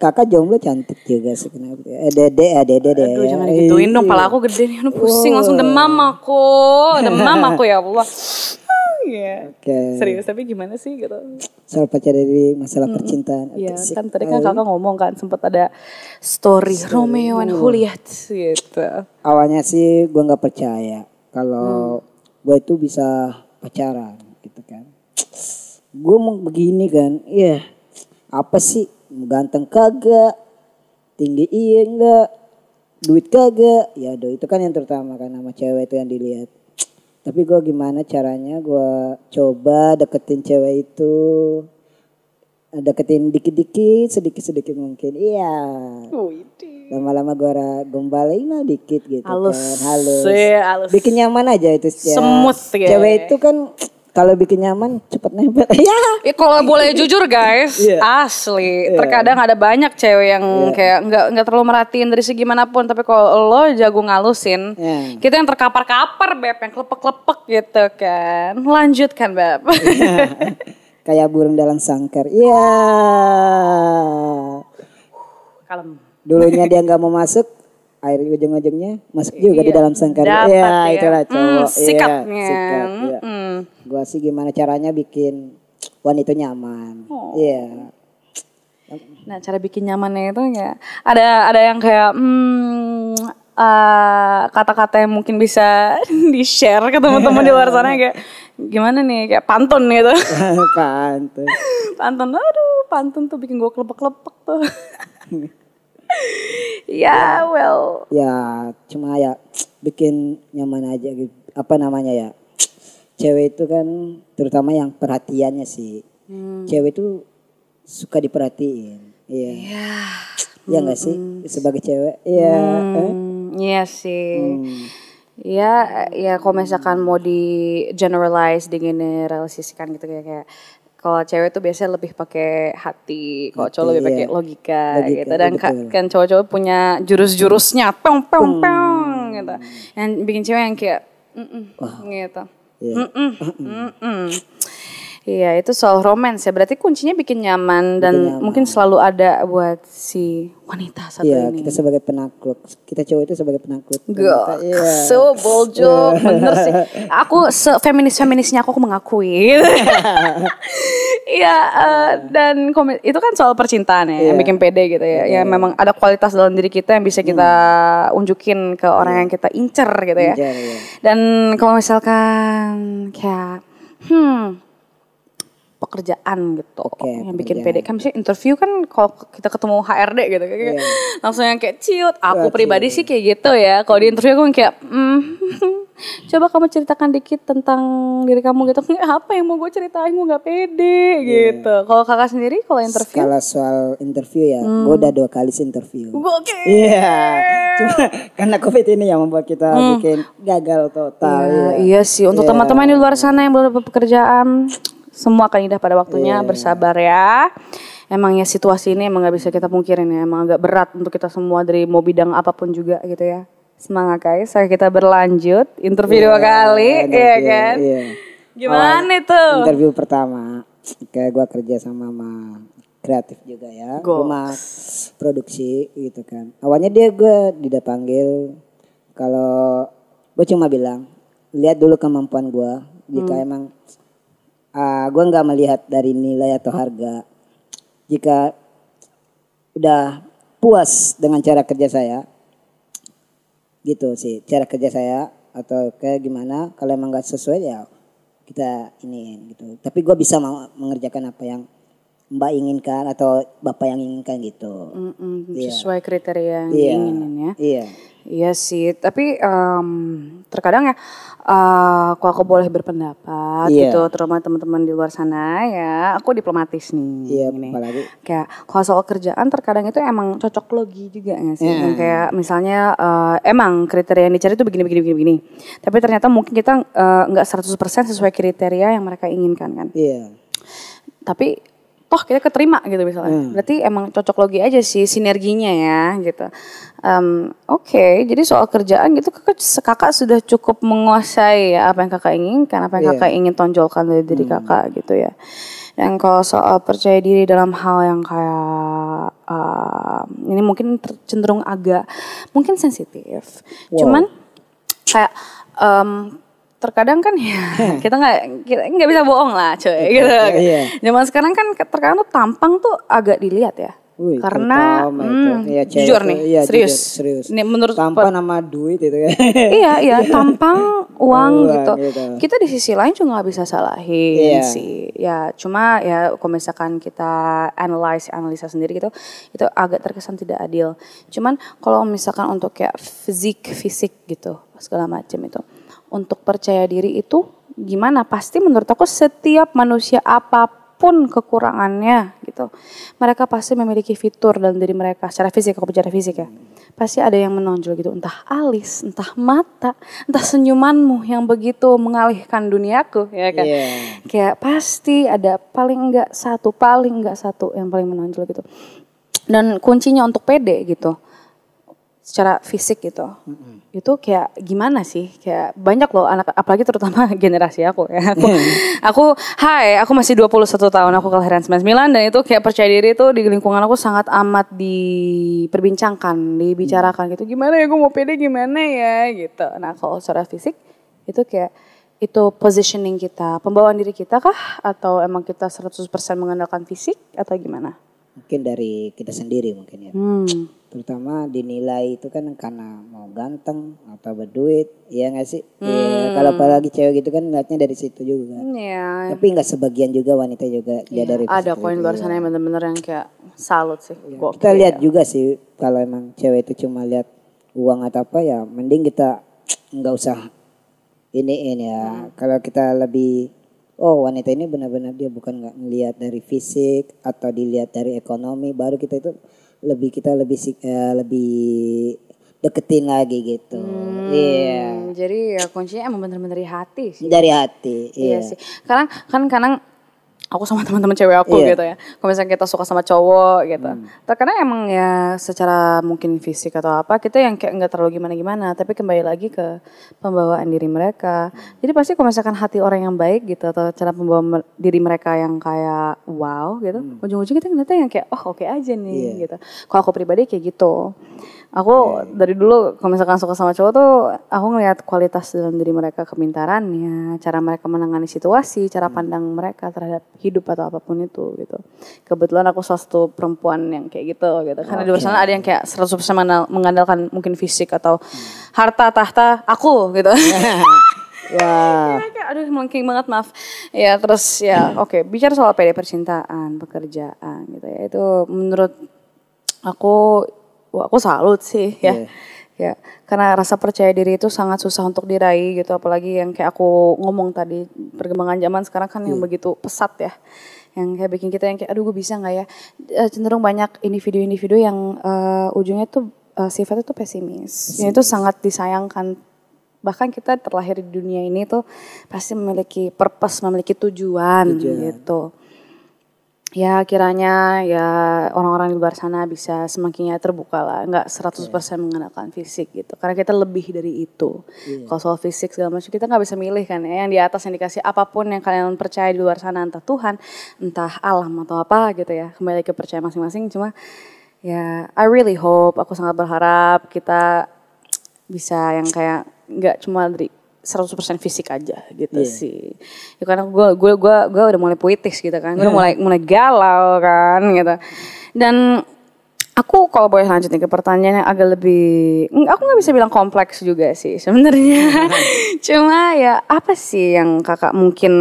kakak jomblo cantik juga sih kenapa? Dede deh. Aduh jangan digituin dong, pala aku gede nih, aduh pusing langsung demam aku ya Allah. Iya. Serius tapi gimana sih gitu? Soal pacar dari masalah percintaan. Iya kan tadi kan kakak ngomong kan sempat ada story Romeo and Juliet gitu. Awalnya sih gue nggak percaya kalau gue itu bisa pacaran gitu kan. Gue mau begini kan, iya apa sih ganteng kagak, tinggi iya enggak, duit kagak, ya itu kan yang terutama kan sama cewek itu yang dilihat. Tapi gue gimana caranya gue coba deketin cewek itu, deketin dikit-dikit, sedikit-sedikit mungkin, iya. Lama-lama gue gombalin lah dikit gitu halus, kan, halus. Halus. Bikin nyaman aja itu ya. Smooth ya. Cewek itu kan kalau bikin nyaman cepet nempel. Ya. Kalau boleh jujur guys, asli. Terkadang ada banyak cewek yang kayak nggak terlalu merhatiin dari segi manapun, tapi kalau lo jago ngalusin, kita yang terkapar-kapar beb, yang klepek-klepek gitu kan. Lanjutkan beb. Kayak burung dalam sangkar. Iya. Kalem. Dulunya dia nggak mau masuk, air ujung-ujungnya masuk juga di dalam sangkar. Iya, itulah cowok. Sikapnya. Sikap. Ya. Gua sih gimana caranya bikin wanita nyaman. Iya. Nah, cara bikin nyamannya itu ya ada yang kayak kata-kata yang mungkin bisa di-share ke teman-teman di luar sana kayak gimana nih, kayak pantun gitu. Pantun tuh bikin gue kelepek-kelepek tuh. Ya, well. Ya, cuma ya bikin nyaman aja gitu. Apa namanya ya? Cewek itu kan terutama yang perhatiannya sih. Cewek itu suka diperhatiin. Iya. Iya enggak sih sebagai cewek? Iya. Iya sih. Ya kalau misalkan mau di generalize, digeneralisasikan gitu kayak kalau cewek tuh biasanya lebih pakai hati, kalau cowok lebih pakai logika gitu. Dan kan cowok-cowok punya jurus-jurusnya, peng gitu. Yang bikin cewek yang kayak gitu. Iya itu soal romance ya, berarti kuncinya bikin nyaman dan mungkin selalu ada buat si wanita satu ini. Iya, kita sebagai penakluk, kita cowok itu sebagai penakluk. So boljo, bener sih. Aku feminisnya aku mengakui. Iya, dan itu kan soal percintaan ya, yang bikin pede gitu ya. Ya memang ada kualitas dalam diri kita yang bisa kita unjukin ke orang yang kita incer gitu ya. Dan kalau misalkan kayak pekerjaan gitu yang bikin pede kan, misalnya interview kan kalau kita ketemu HRD gitu kayak langsung yang kayak ciut. Aku pribadi sih kayak gitu ya, kalau di interview aku kayak coba kamu ceritakan dikit tentang diri kamu gitu. Apa yang mau gue ceritain, gue nggak pede gitu. Kalau kakak sendiri kalau interview? Kalau soal interview ya, gue udah 2 kali sih interview. Iya, cuma karena COVID ini yang membuat kita bikin gagal total. Iya sih, untuk teman-teman di luar sana yang belum dapat pekerjaan, semua akan indah pada waktunya, bersabar ya. Emang ya situasi ini emang gak bisa kita pungkirin ya, emang agak berat untuk kita semua dari mau bidang apapun juga gitu ya. Semangat guys, kita berlanjut, interview 2 kali, iya kan? Gimana itu? Interview pertama, kayak gue kerja sama kreatif juga ya, rumah produksi gitu kan. Awalnya gue tidak panggil, kalau gue cuma bilang, lihat dulu kemampuan gue, jika emang gue nggak melihat dari nilai atau harga. Jika udah puas dengan cara kerja saya, gitu sih cara kerja saya atau kayak gimana. Kalau emang nggak sesuai ya kita iniin gitu. Tapi gue bisa mengerjakan apa yang Mbak inginkan atau Bapak yang inginkan gitu. Sesuai kriteria yang diinginin ya. Iya sih, tapi terkadang ya kalau aku boleh berpendapat gitu, terutama teman-teman di luar sana ya, aku diplomatis nih. Apalagi kayak kalau soal kerjaan terkadang itu emang cocok logi juga nggak sih? Kayak misalnya emang kriteria yang dicari itu begini. Tapi ternyata mungkin kita nggak 100% sesuai kriteria yang mereka inginkan kan. Iya. Tapi toh kita keterima gitu misalnya. Berarti emang cocok logi aja sih sinerginya ya gitu. Oke, jadi soal kerjaan gitu kakak sudah cukup menguasai ya apa yang kakak inginkan, apa yang kakak ingin tonjolkan dari diri kakak gitu ya. Dan kalau soal percaya diri dalam hal yang kayak ini mungkin cenderung agak mungkin sensitif. Cuman kayak terkadang kan ya kita nggak bisa bohong lah coy gitu. Zaman sekarang kan terkadang tuh tampang tuh agak dilihat ya. Karena jujur nih serius. Ini menurut tampang sama duit itu kan. iya tampang uang gitu. Kita di sisi lain juga nggak bisa salahin sih. Ya cuma ya kalau misalkan kita analisa sendiri gitu, itu agak terkesan tidak adil. Cuman kalau misalkan untuk kayak fisik gitu segala macam itu, untuk percaya diri itu gimana? Pasti menurut aku setiap manusia apapun kekurangannya gitu, mereka pasti memiliki fitur dalam diri mereka secara fisik. Aku bicara fisik ya, pasti ada yang menonjol gitu, entah alis, entah mata, entah senyumanmu yang begitu mengalihkan duniaku ya kan. Kayak pasti ada paling enggak satu yang paling menonjol gitu. Dan kuncinya untuk pede gitu secara fisik gitu, itu kayak gimana sih? Kayak banyak loh anak, apalagi terutama generasi aku ya. Aku masih 21 tahun, aku kelahiran 99 dan itu kayak percaya diri itu di lingkungan aku sangat amat dibicarakan gitu. Gimana ya gue mau pede gimana ya gitu. Nah kalau secara fisik itu kayak itu positioning kita, pembawaan diri kita kah? Atau emang kita 100% mengandalkan fisik atau gimana? Mungkin dari kita sendiri mungkin ya. Terutama dinilai itu kan karena mau ganteng atau berduit, ya nggak sih? Ya, kalau apalagi cewek gitu kan ngeliatnya dari situ juga. Tapi nggak sebagian juga wanita juga dia dari. Ada koin luar sana yang bener-bener yang kayak salut sih. Kita lihat juga sih kalau emang cewek itu cuma lihat uang atau apa ya, mending kita nggak usah ini ya. Kalau kita lebih wanita ini benar-benar dia bukan nggak ngelihat dari fisik atau dilihat dari ekonomi, baru kita itu lebih deketin lagi gitu. Jadi ya kuncinya emang bener-bener dari hati sih. Dari hati. Iya sih. Kadang aku sama teman-teman cewek aku gitu ya. Kalau misalnya kita suka sama cowok gitu. Terkadang emang ya secara mungkin fisik atau apa kita yang kayak nggak terlalu gimana-gimana. Tapi kembali lagi ke pembawaan diri mereka. Jadi pasti kalau misalkan hati orang yang baik gitu atau cara pembawa diri mereka yang kayak wow gitu. Ujung-ujungnya kita ngeliatnya yang kayak oke aja nih gitu. Kalau aku pribadi kayak gitu. Aku dari dulu kalau misalkan suka sama cowok tuh aku ngeliat kualitas dalam diri mereka, kepintarannya, cara mereka menangani situasi, cara pandang mereka terhadap hidup atau apapun itu gitu. Kebetulan aku salah satu perempuan yang kayak gitu. Karena di luar sana ada yang kayak 100% mengandalkan mungkin fisik atau harta tahta aku gitu. Wah. Aduh melengking banget, maaf. Ya terus ya oke, bicara soal PD percintaan, pekerjaan gitu ya. Itu menurut aku salut sih ya. Ya, karena rasa percaya diri itu sangat susah untuk diraih gitu, apalagi yang kayak aku ngomong tadi, perkembangan zaman sekarang kan yang begitu pesat ya, yang kayak bikin kita yang kayak aduh gue bisa nggak ya, cenderung banyak individu-individu yang ujungnya tuh sifatnya tuh pesimis. Itu sangat disayangkan. Bahkan kita terlahir di dunia ini tuh pasti memiliki purpose, memiliki tujuan. Gitu. Ya kiranya ya orang-orang di luar sana bisa semakin terbuka lah, nggak 100% mengandalkan fisik gitu, karena kita lebih dari itu. Kalau soal fisik segala macam kita nggak bisa milih kan ya, yang di atas yang dikasih apapun yang kalian percaya di luar sana, entah Tuhan, entah alam atau apa gitu ya, kembali ke percaya masing-masing. Cuma ya I really hope, aku sangat berharap kita bisa yang kayak nggak cuma dari 100% fisik aja gitu sih. Ya karena gue udah mulai puitis gitu kan. Gue udah mulai galau kan gitu. Dan aku kalau boleh lanjut nih ke pertanyaan yang agak lebih, aku nggak bisa bilang kompleks juga sih sebenarnya. Cuma ya apa sih yang kakak mungkin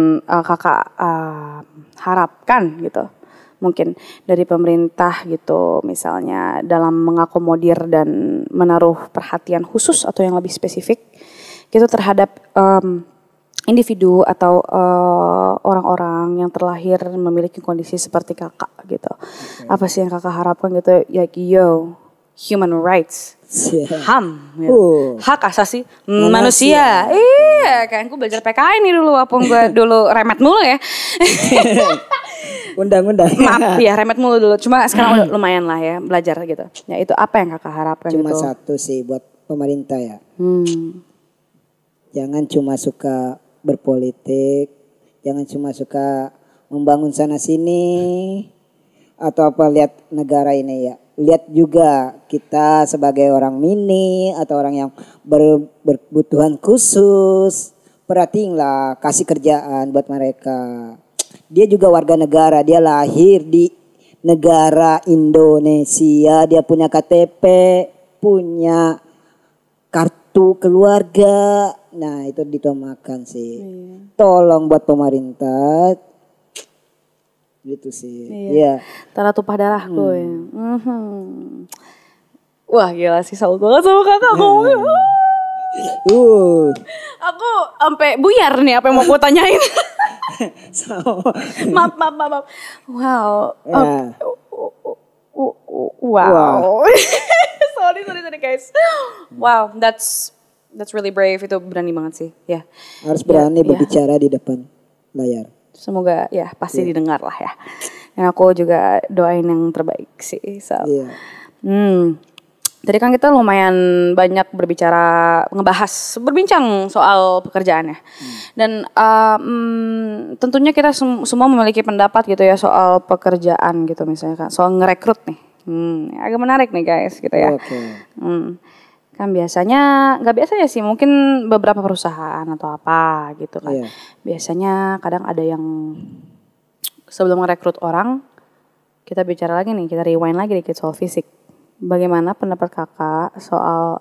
harapkan gitu? Mungkin dari pemerintah gitu misalnya dalam mengakomodir dan menaruh perhatian khusus atau yang lebih spesifik gitu terhadap individu atau orang-orang yang terlahir memiliki kondisi seperti kakak gitu. Apa sih yang kakak harapkan gitu? Ya human rights, HAM, gitu. Hak asasi manusia. Iya, kan gue belajar PKI nih dulu, walaupun gue dulu remet mulu ya. Undang-undang. Maaf ya remet mulu dulu. Cuma sekarang udah lumayan lah ya belajar gitu. Ya itu apa yang kakak harapkan Cuma gitu? satu sih buat pemerintah ya. Jangan cuma suka berpolitik, jangan cuma suka membangun sana sini atau apa lihat negara ini ya. Lihat juga kita sebagai orang mini atau orang yang berkebutuhan khusus. Perhatiinlah, kasih kerjaan buat mereka. Dia juga warga negara, dia lahir di negara Indonesia, dia punya KTP, punya kartu keluarga. Nah itu ditemakan sih. Tolong buat pemerintah. Gitu sih. Iya. Tanah tumpah darahku ya. Wah gila sih salut banget sama kakak ngomongnya. Aku sampai buyar nih apa yang mau aku tanyain. Maaf. Wow. Wow. sorry guys. Wow, that's really brave. Itu berani banget sih. Ya. Harus berani berbicara di depan layar. Semoga ya pasti didengar lah ya. Dan aku juga doain yang terbaik sih. So. Tadi kan kita lumayan banyak berbincang soal pekerjaannya. Dan tentunya kita semua memiliki pendapat gitu ya soal pekerjaan gitu misalnya kan. Soal ngerekrut nih. Agak menarik nih guys gitu ya. Kan biasanya, gak biasanya sih mungkin beberapa perusahaan atau apa gitu kan. Biasanya kadang ada yang sebelum ngerekrut orang, kita bicara lagi nih, kita rewind lagi dikit soal fisik. Bagaimana pendapat kakak soal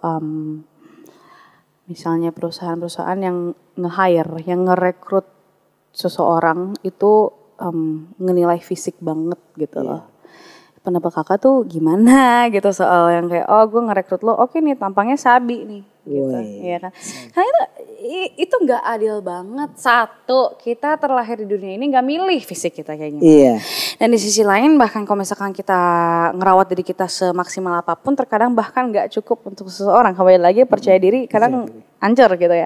misalnya perusahaan-perusahaan yang nge-hire, yang ngerekrut seseorang itu ngenilai fisik banget gitu loh. Pendapat kakak tuh gimana gitu soal yang kayak gue ngerekrut lo, oke nih tampangnya sabi nih gitu. Iya kan. Karena itu nggak adil banget. Satu, kita terlahir di dunia ini nggak milih fisik kita kayak gimana. Iya. Dan di sisi lain bahkan kalau misalkan kita ngerawat diri kita semaksimal apapun, terkadang bahkan nggak cukup untuk seseorang. Kembali lagi percaya diri kadang hancur gitu ya.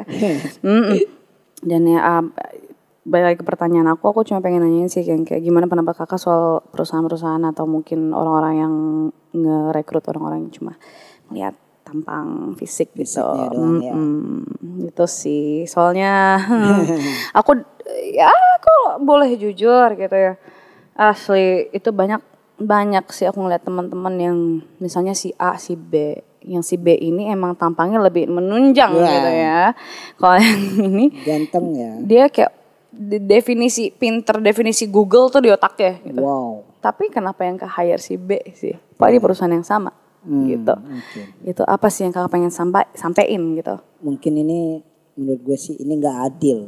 Dan ya balik lagi ke pertanyaan aku cuma pengen nanyain sih kayak gimana pendapat kakak soal perusahaan-perusahaan atau mungkin orang-orang yang ngerekrut orang-orang yang cuma melihat tampang fisik gitu. Gitu sih. Soalnya aku boleh jujur gitu ya. Asli itu banyak sih aku ngeliat teman-teman yang misalnya si A, si B. Yang si B ini emang tampangnya lebih menunjang gitu ya. Kalau yang ini ganteng ya. Dia kayak definisi Google tuh di otaknya gitu. Tapi kenapa yang ke hire si B sih? Padahal di perusahaan yang sama gitu. Itu apa sih yang kakak pengen sampein gitu? Mungkin ini menurut gue sih ini nggak adil.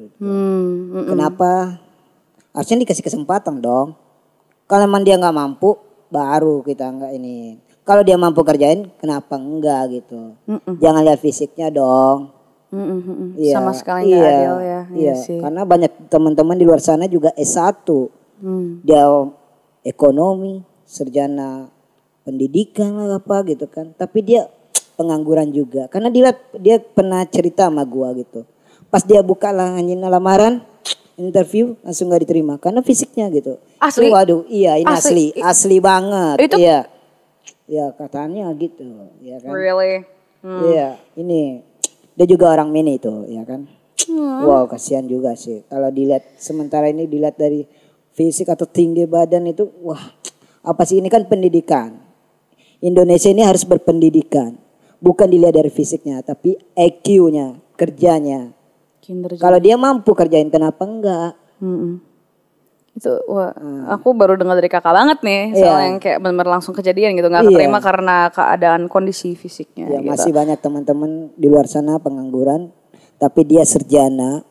Kenapa? Harusnya dikasih kesempatan dong. Kalau emang dia nggak mampu, baru kita nggak ini. Kalau dia mampu kerjain, kenapa enggak gitu? Jangan lihat fisiknya dong. Sama sekali nggak adil ya. Iya sih. Karena banyak teman-teman di luar sana juga S1. Dia ekonomi, sarjana pendidikan lah apa gitu kan. Tapi dia pengangguran juga. Karena dia pernah cerita sama gua gitu. Pas dia buka lamaran, interview langsung gak diterima. Karena fisiknya gitu. Asli? Waduh iya ini asli banget. Itu? Iya. Ya katanya gitu. Ya kan? Really? Iya ini. Dia juga orang mini itu ya kan. Wow kasihan juga sih. Kalau sementara ini dilihat dari fisik atau tinggi badan itu. Wah apa sih ini kan pendidikan. Indonesia ini harus berpendidikan. Bukan dilihat dari fisiknya tapi IQ-nya, kerjanya. Kalau dia mampu kerjain kenapa enggak? Itu aku baru dengar dari kakak banget nih soal yang kayak benar-benar langsung kejadian gitu nggak keterima karena keadaan kondisi fisiknya. Ya, gitu. Masih banyak teman-teman di luar sana pengangguran tapi dia sarjana.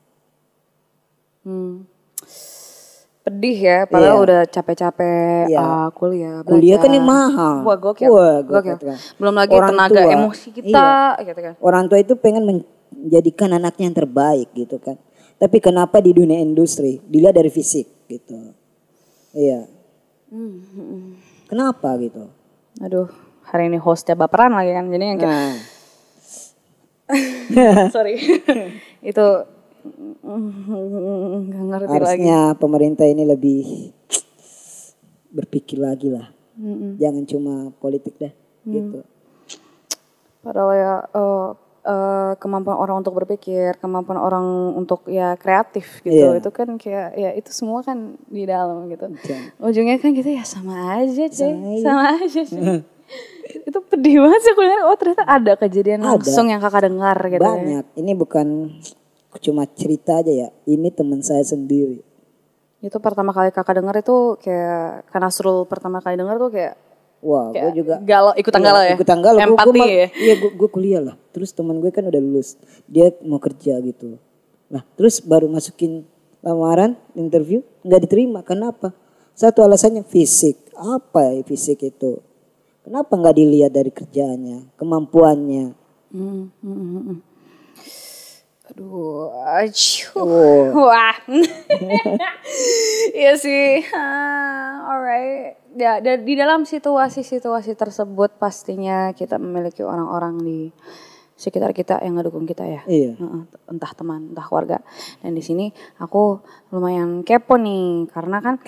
Pedih ya, padahal udah capek-capek kuliah. Belajar. Kuliah kan ini mahal. Wah gokil. Belum lagi orang tenaga tua, emosi kita gitu kan. Orang tua itu pengen menjadikan anaknya yang terbaik gitu kan. Tapi kenapa di dunia industri dilihat dari fisik gitu. Iya. Kenapa gitu? Aduh, hari ini hostnya baperan lagi kan. Jadi yang kayak sorry. Itu Nggak ngerti lagi. Harusnya pemerintah ini lebih berpikir lagi lah. Jangan cuma politik dah gitu. Padahal ya kemampuan orang untuk berpikir, kemampuan orang untuk ya kreatif gitu, itu kan kayak ya itu semua kan di dalam gitu. Ujungnya kan gitu ya sama aja cuy, sama aja cuy. Itu pedih banget sih aku dengar, oh ternyata ada kejadian langsung yang kakak dengar gitu. Banyak, ini bukan cuma cerita aja ya, ini teman saya sendiri. Itu pertama kali kakak dengar itu kayak, karena Nasrul pertama kali dengar tuh kayak wah, gue juga galau, ikutan galau ya. Ikutan galau. Empati ya. Iya, gue kuliah lah. Terus teman gue kan udah lulus, dia mau kerja gitu. Nah, terus baru masukin lamaran, interview, nggak diterima. Kenapa? Satu alasannya fisik. Apa ya fisik itu? Kenapa nggak dilihat dari kerjaannya, kemampuannya? Aduh, wah, iya sih, alright. Ya, dan di dalam situasi-situasi tersebut pastinya kita memiliki orang-orang di sekitar kita yang ngedukung kita ya. Iya. Entah teman, entah keluarga. Dan di sini aku lumayan kepo nih, karena kan,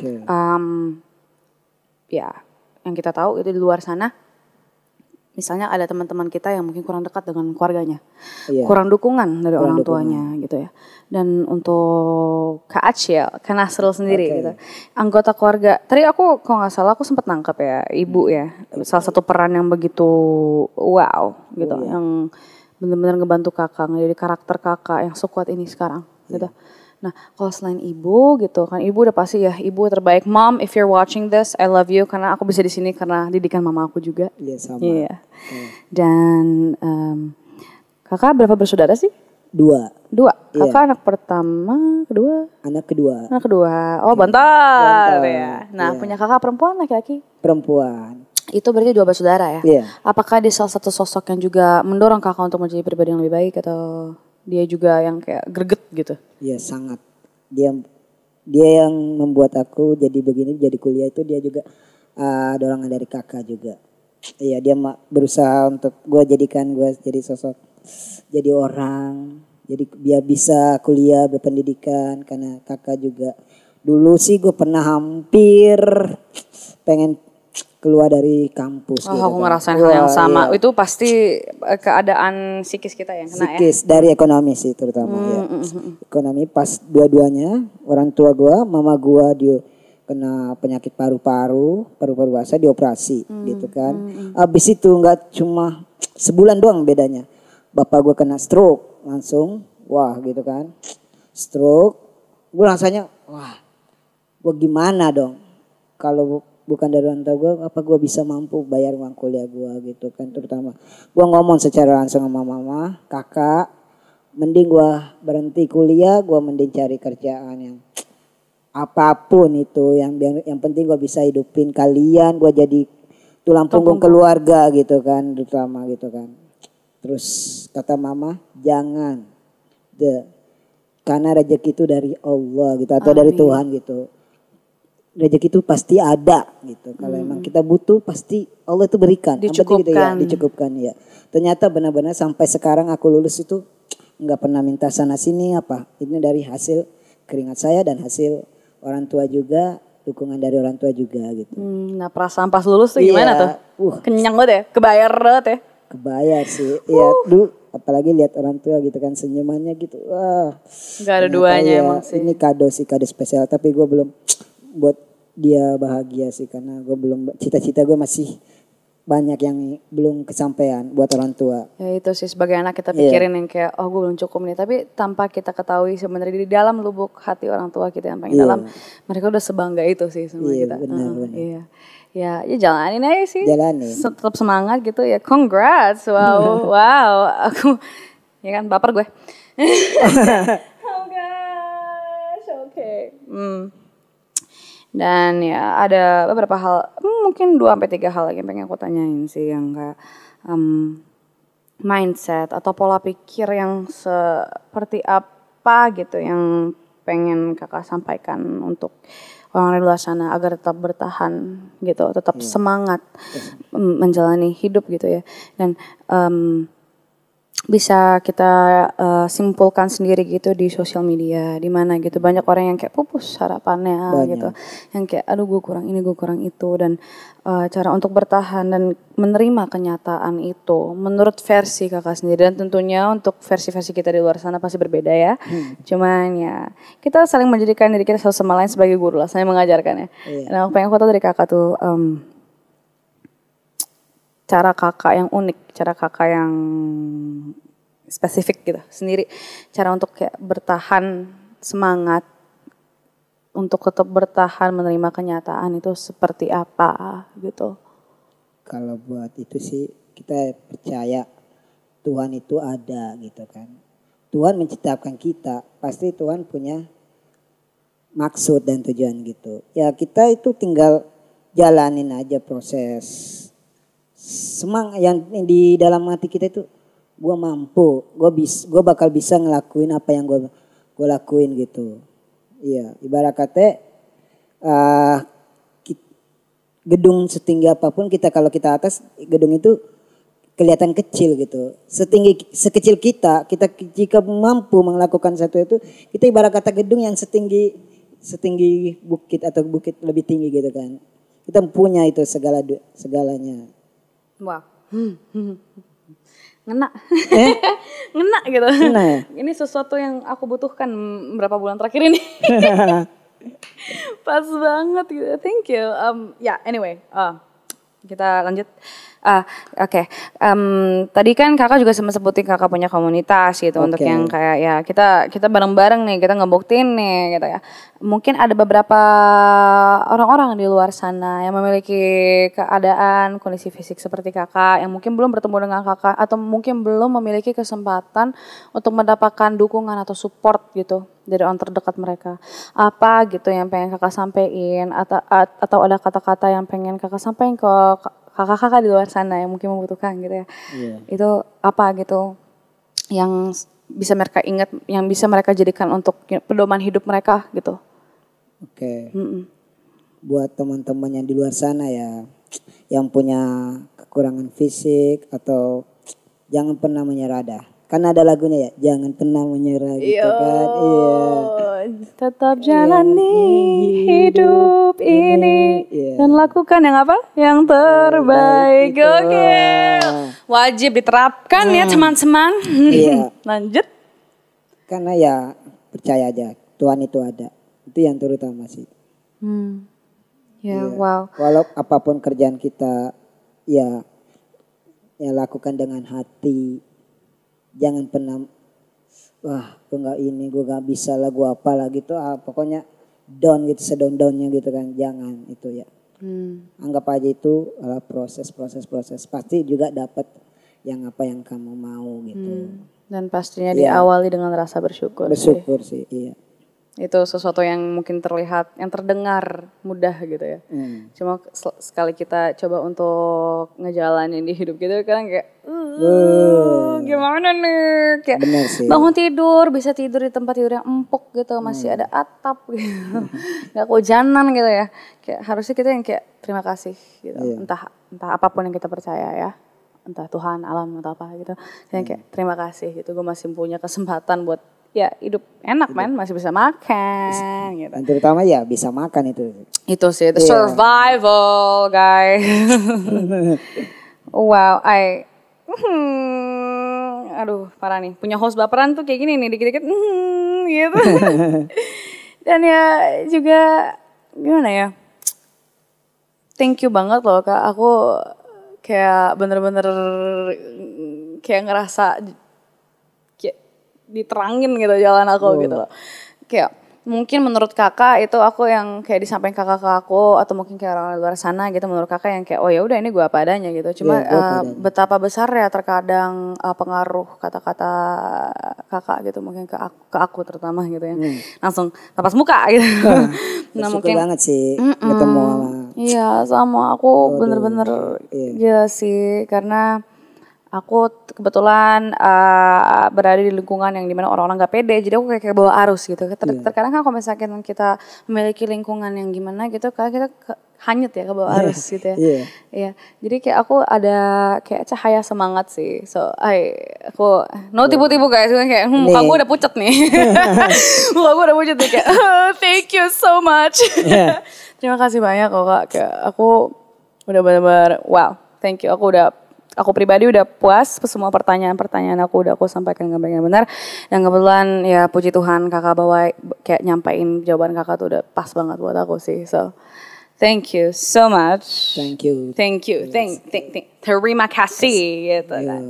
ya, yang kita tahu itu di luar sana. Misalnya ada teman-teman kita yang mungkin kurang dekat dengan keluarganya, kurang dukungan dari orang tuanya gitu ya. Dan untuk Kak Acil, Kak Nasrul sendiri gitu, anggota keluarga. Tadi aku kalau nggak salah aku sempat nangkep ya, ibu ya, salah satu peran yang begitu wow gitu, yang benar-benar ngebantu kakak, jadi karakter kakak yang sekuat ini sekarang gitu. Nah, kalau selain ibu gitu kan, ibu udah pasti ya, ibu terbaik. Mom, if you're watching this, I love you karena aku bisa di sini karena didikan mama aku juga. Iya, sama. Iya. Dan kakak berapa bersaudara sih? 2. Kakak anak pertama, kedua? Anak kedua. Anak kedua. Oh, bantal ya. Nah, punya kakak perempuan laki-laki? Perempuan. Itu berarti 2 bersaudara ya? Iya. Apakah dia salah satu sosok yang juga mendorong kakak untuk menjadi pribadi yang lebih baik atau dia juga yang kayak greget gitu? Iya, sangat. Dia yang membuat aku jadi begini, jadi kuliah itu dia juga dorongan dari kakak juga. Iya, dia berusaha untuk gue jadikan gue jadi sosok, jadi orang, jadi biar bisa kuliah berpendidikan. Karena kakak juga dulu sih gue pernah hampir pengen keluar dari kampus. Oh, gitu aku ngerasain hal yang sama. Iya. Itu pasti keadaan psikis kita yang kena psikis, dari ekonomi sih terutama ya. Ekonomi pas dua-duanya, orang tua gua, mama gua dia kena penyakit paru-paru basah, dioperasi gitu kan. Abis itu nggak cuma sebulan doang bedanya. Bapak gua kena stroke langsung, wah gitu kan. Stroke, gua rasanya wah, gua gimana dong kalau bukan dari orang tua gue, apa gue bisa mampu bayar uang kuliah gue gitu kan. Terutama gue ngomong secara langsung sama mama, kakak, mending gue berhenti kuliah, gue mending cari kerjaan yang apapun itu, yang penting gue bisa hidupin kalian, gue jadi tulang punggung keluarga gitu kan, terutama gitu kan. Terus kata mama, jangan, karena rezeki itu dari Allah gitu, atau dari Tuhan gitu. Rezeki itu pasti ada gitu. Kalau emang kita butuh pasti Allah itu berikan. Dicukupkan. Gitu ya, dicukupkan ya. Ternyata benar-benar sampai sekarang aku lulus itu nggak pernah minta sana sini apa. Ini dari hasil keringat saya dan hasil orang tua juga, dukungan dari orang tua juga gitu. Nah perasaan pas lulus tuh gimana tuh? Kenyang banget ya? Kebayar banget ya? Kebayar sih. Iya dulu apalagi lihat orang tua gitu kan senyumannya gitu. Wah. Gak ada duanya emang sih. Ini kado spesial tapi gue belum buat dia bahagia sih karena gue belum, cita-cita gue masih banyak yang belum kesampaian buat orang tua. Ya itu sih sebagai anak kita pikirin yang kayak gue belum cukup nih, tapi tanpa kita ketahui sebenarnya di dalam lubuk hati orang tua kita yang paling dalam mereka udah sebangga itu sih sama kita. Benar. Iya. Ya jalanin aja sih. Jalanin. Tetap semangat gitu ya. Congrats. Wow. Aku ya kan baper gue. Oh gosh. Oke. Dan ya ada beberapa hal, mungkin 2-3 hal lagi yang pengen aku tanyain sih, yang kayak mindset atau pola pikir yang seperti apa gitu yang pengen kakak sampaikan untuk orang di luar sana agar tetap bertahan gitu, tetap semangat menjalani hidup gitu ya. Dan bisa kita simpulkan sendiri gitu di sosial media, di mana gitu banyak orang yang kayak pupus harapannya gitu, yang kayak aduh gue kurang ini, gue kurang itu, dan cara untuk bertahan dan menerima kenyataan itu menurut versi kakak sendiri, dan tentunya untuk versi-versi kita di luar sana pasti berbeda ya. Cuman ya kita saling menjadikan diri kita satu sama lain sebagai guru lah, saya mengajarkan ya. Nah aku pengen aku tahu dari kakak tuh cara kakak yang unik, cara kakak yang spesifik gitu sendiri, cara untuk kayak bertahan semangat, untuk tetap bertahan menerima kenyataan itu seperti apa gitu. Kalau buat itu sih kita percaya Tuhan itu ada gitu kan. Tuhan menciptakan kita, pasti Tuhan punya maksud dan tujuan gitu. Ya kita itu tinggal jalanin aja proses. Semangat yang di dalam hati kita itu, gue mampu, gue bakal bisa ngelakuin apa yang gue lakuin gitu. Iya, ibarat kata gedung setinggi apapun kita, kalau kita atas gedung itu kelihatan kecil gitu. Sekecil kita jika mampu melakukan satu itu, kita ibarat kata gedung yang setinggi bukit atau bukit lebih tinggi gitu kan. Kita punya itu segalanya. Wah, ngena, ngena gitu. Ngena ya? Ini sesuatu yang aku butuhkan berapa bulan terakhir ini. Pas banget gitu. Thank you. Anyway, kita lanjut. Oke. Tadi kan kakak juga sempat sebutin kakak punya komunitas gitu, untuk yang kayak ya kita bareng-bareng nih, kita ngebuktiin nih gitu ya. Mungkin ada beberapa orang-orang di luar sana yang memiliki keadaan kondisi fisik seperti kakak, yang mungkin belum bertemu dengan kakak, atau mungkin belum memiliki kesempatan untuk mendapatkan dukungan atau support gitu dari orang terdekat mereka. Apa gitu yang pengen kakak sampaikan, atau ada kata-kata yang pengen kakak sampaikan ke kakak-kakak di luar sana yang mungkin membutuhkan gitu ya. Itu apa gitu yang bisa mereka ingat, yang bisa mereka jadikan untuk pedoman hidup mereka gitu. Oke. Buat teman-teman yang di luar sana ya, yang punya kekurangan fisik atau jangan pernah menyerah dah. Kan ada lagunya ya, jangan pernah menyerah gitu kan. Iya. Tetap jalani hidup ini dan lakukan yang apa? Yang terbaik. Oke. Wajib diterapkan ya teman-teman. Iya. Lanjut. Karena ya percaya aja Tuhan itu ada. Itu yang terutama sih. Wow. Walau apapun kerjaan kita ya lakukan dengan hati. Jangan pernah gue gak ini, gue gak bisa lah, gue apalah gitu. Pokoknya down gitu, sedown-downnya gitu kan. Jangan itu ya. Anggap aja itu adalah proses. Pasti juga dapat yang apa yang kamu mau gitu. Dan pastinya diawali dengan rasa bersyukur. Bersyukur sih, iya. Itu sesuatu yang mungkin terlihat, yang terdengar mudah gitu ya. Cuma sekali kita coba untuk ngejalanin di hidup gitu kan kayak gimana nih, kayak bangun tidur, bisa tidur di tempat tidur yang empuk gitu, masih ada atap gitu, nggak kehujanan gitu ya. Kayak harusnya kita yang kayak terima kasih gitu, entah apapun yang kita percaya ya, entah Tuhan, alam atau apa gitu, yang kayak terima kasih gitu, gue masih punya kesempatan buat ya hidup enak man, masih bisa makan gitu. Dan terutama ya bisa makan itu. Itu sih, the survival guys. Wow, aduh parah nih, punya host baperan tuh kayak gini nih, dikit-dikit gitu. Dan ya juga gimana ya, thank you banget loh Kak, aku kayak bener-bener kayak ngerasa kayak diterangin gitu jalan aku gitu loh. Kayak mungkin menurut kakak itu aku yang kayak disampaikan kakak ke aku, atau mungkin kayak orang luar sana gitu, menurut kakak yang kayak oh ya udah ini gue apa adanya gitu. Cuma betapa besar ya terkadang pengaruh kata-kata kakak gitu, mungkin ke aku terutama gitu ya. Langsung tapas muka gitu. Nah mungkin banget sih ketemu sama. Iya sama aku bener-bener gila sih, karena Aku kebetulan berada di lingkungan yang dimana orang-orang gak pede, jadi aku kayak bawa arus gitu. Terkadang kan kalau misalkan kita memiliki lingkungan yang gimana gitu, karena kita hanyut ya ke bawah arus gitu ya. Iya. Jadi kayak aku ada kayak cahaya semangat sih. So, aku tipu-tipu guys, kayak muka gue udah pucat nih. Muka gue udah pucat nih kayak thank you so much. Terima kasih banyak kok Kak. Kayak aku udah benar-benar wow, thank you. Aku pribadi udah puas, semua pertanyaan-pertanyaan aku sampaikan dengan baik dan benar. Dan kebetulan ya puji Tuhan kakak bawa kayak nyampein jawaban kakak tuh udah pas banget buat aku sih. So thank you so much. Thank you. Terima kasih gitu kan.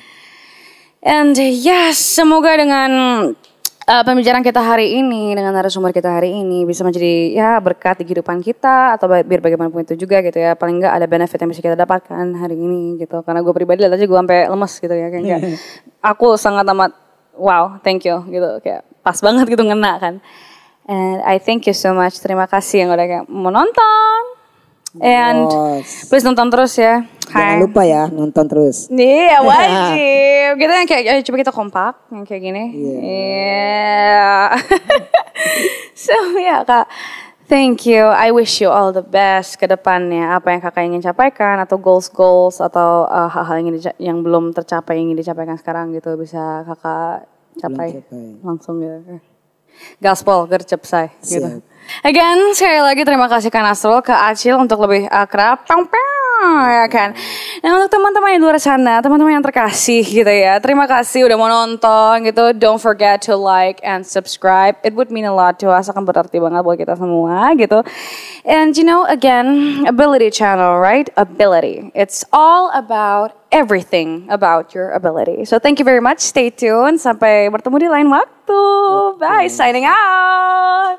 And yes, semoga dengan pembicaraan kita hari ini dengan narasumber kita hari ini bisa menjadi ya berkat di kehidupan kita atau biar bagaimanapun itu juga gitu ya, paling enggak ada benefit yang bisa kita dapatkan hari ini gitu. Karena gue pribadi lihat aja gue sampai lemes gitu ya kayak aku sangat amat wow, thank you gitu, kayak pas banget gitu ngena kan. And I thank you so much, terima kasih yang udah kayak mau nonton. And please nonton terus ya. Jangan lupa ya nonton terus. Iya wajib. Kita yang kayak coba kita kompak yang kayak gini. Iya. So ya Kak, thank you. I wish you all the best ke depannya. Apa yang Kakak ingin capaikan atau goals atau hal-hal yang belum tercapai ingin dicapaikan sekarang gitu bisa Kakak capai langsung gitu. Gaspol gercep say gitu. Again, sekali lagi terima kasih Kak Nasrul, ke Acil untuk lebih akrab, ya kan. Dan untuk teman-teman yang di luar sana, teman-teman yang terkasih gitu ya, terima kasih udah mau nonton gitu. Don't forget to like and subscribe. It would mean a lot to us, akan berarti banget buat kita semua gitu. And you know, again, Ability Channel, right? Ability. It's all about everything about your ability. So thank you very much. Stay tuned. Sampai bertemu di lain waktu. Bye. Signing out.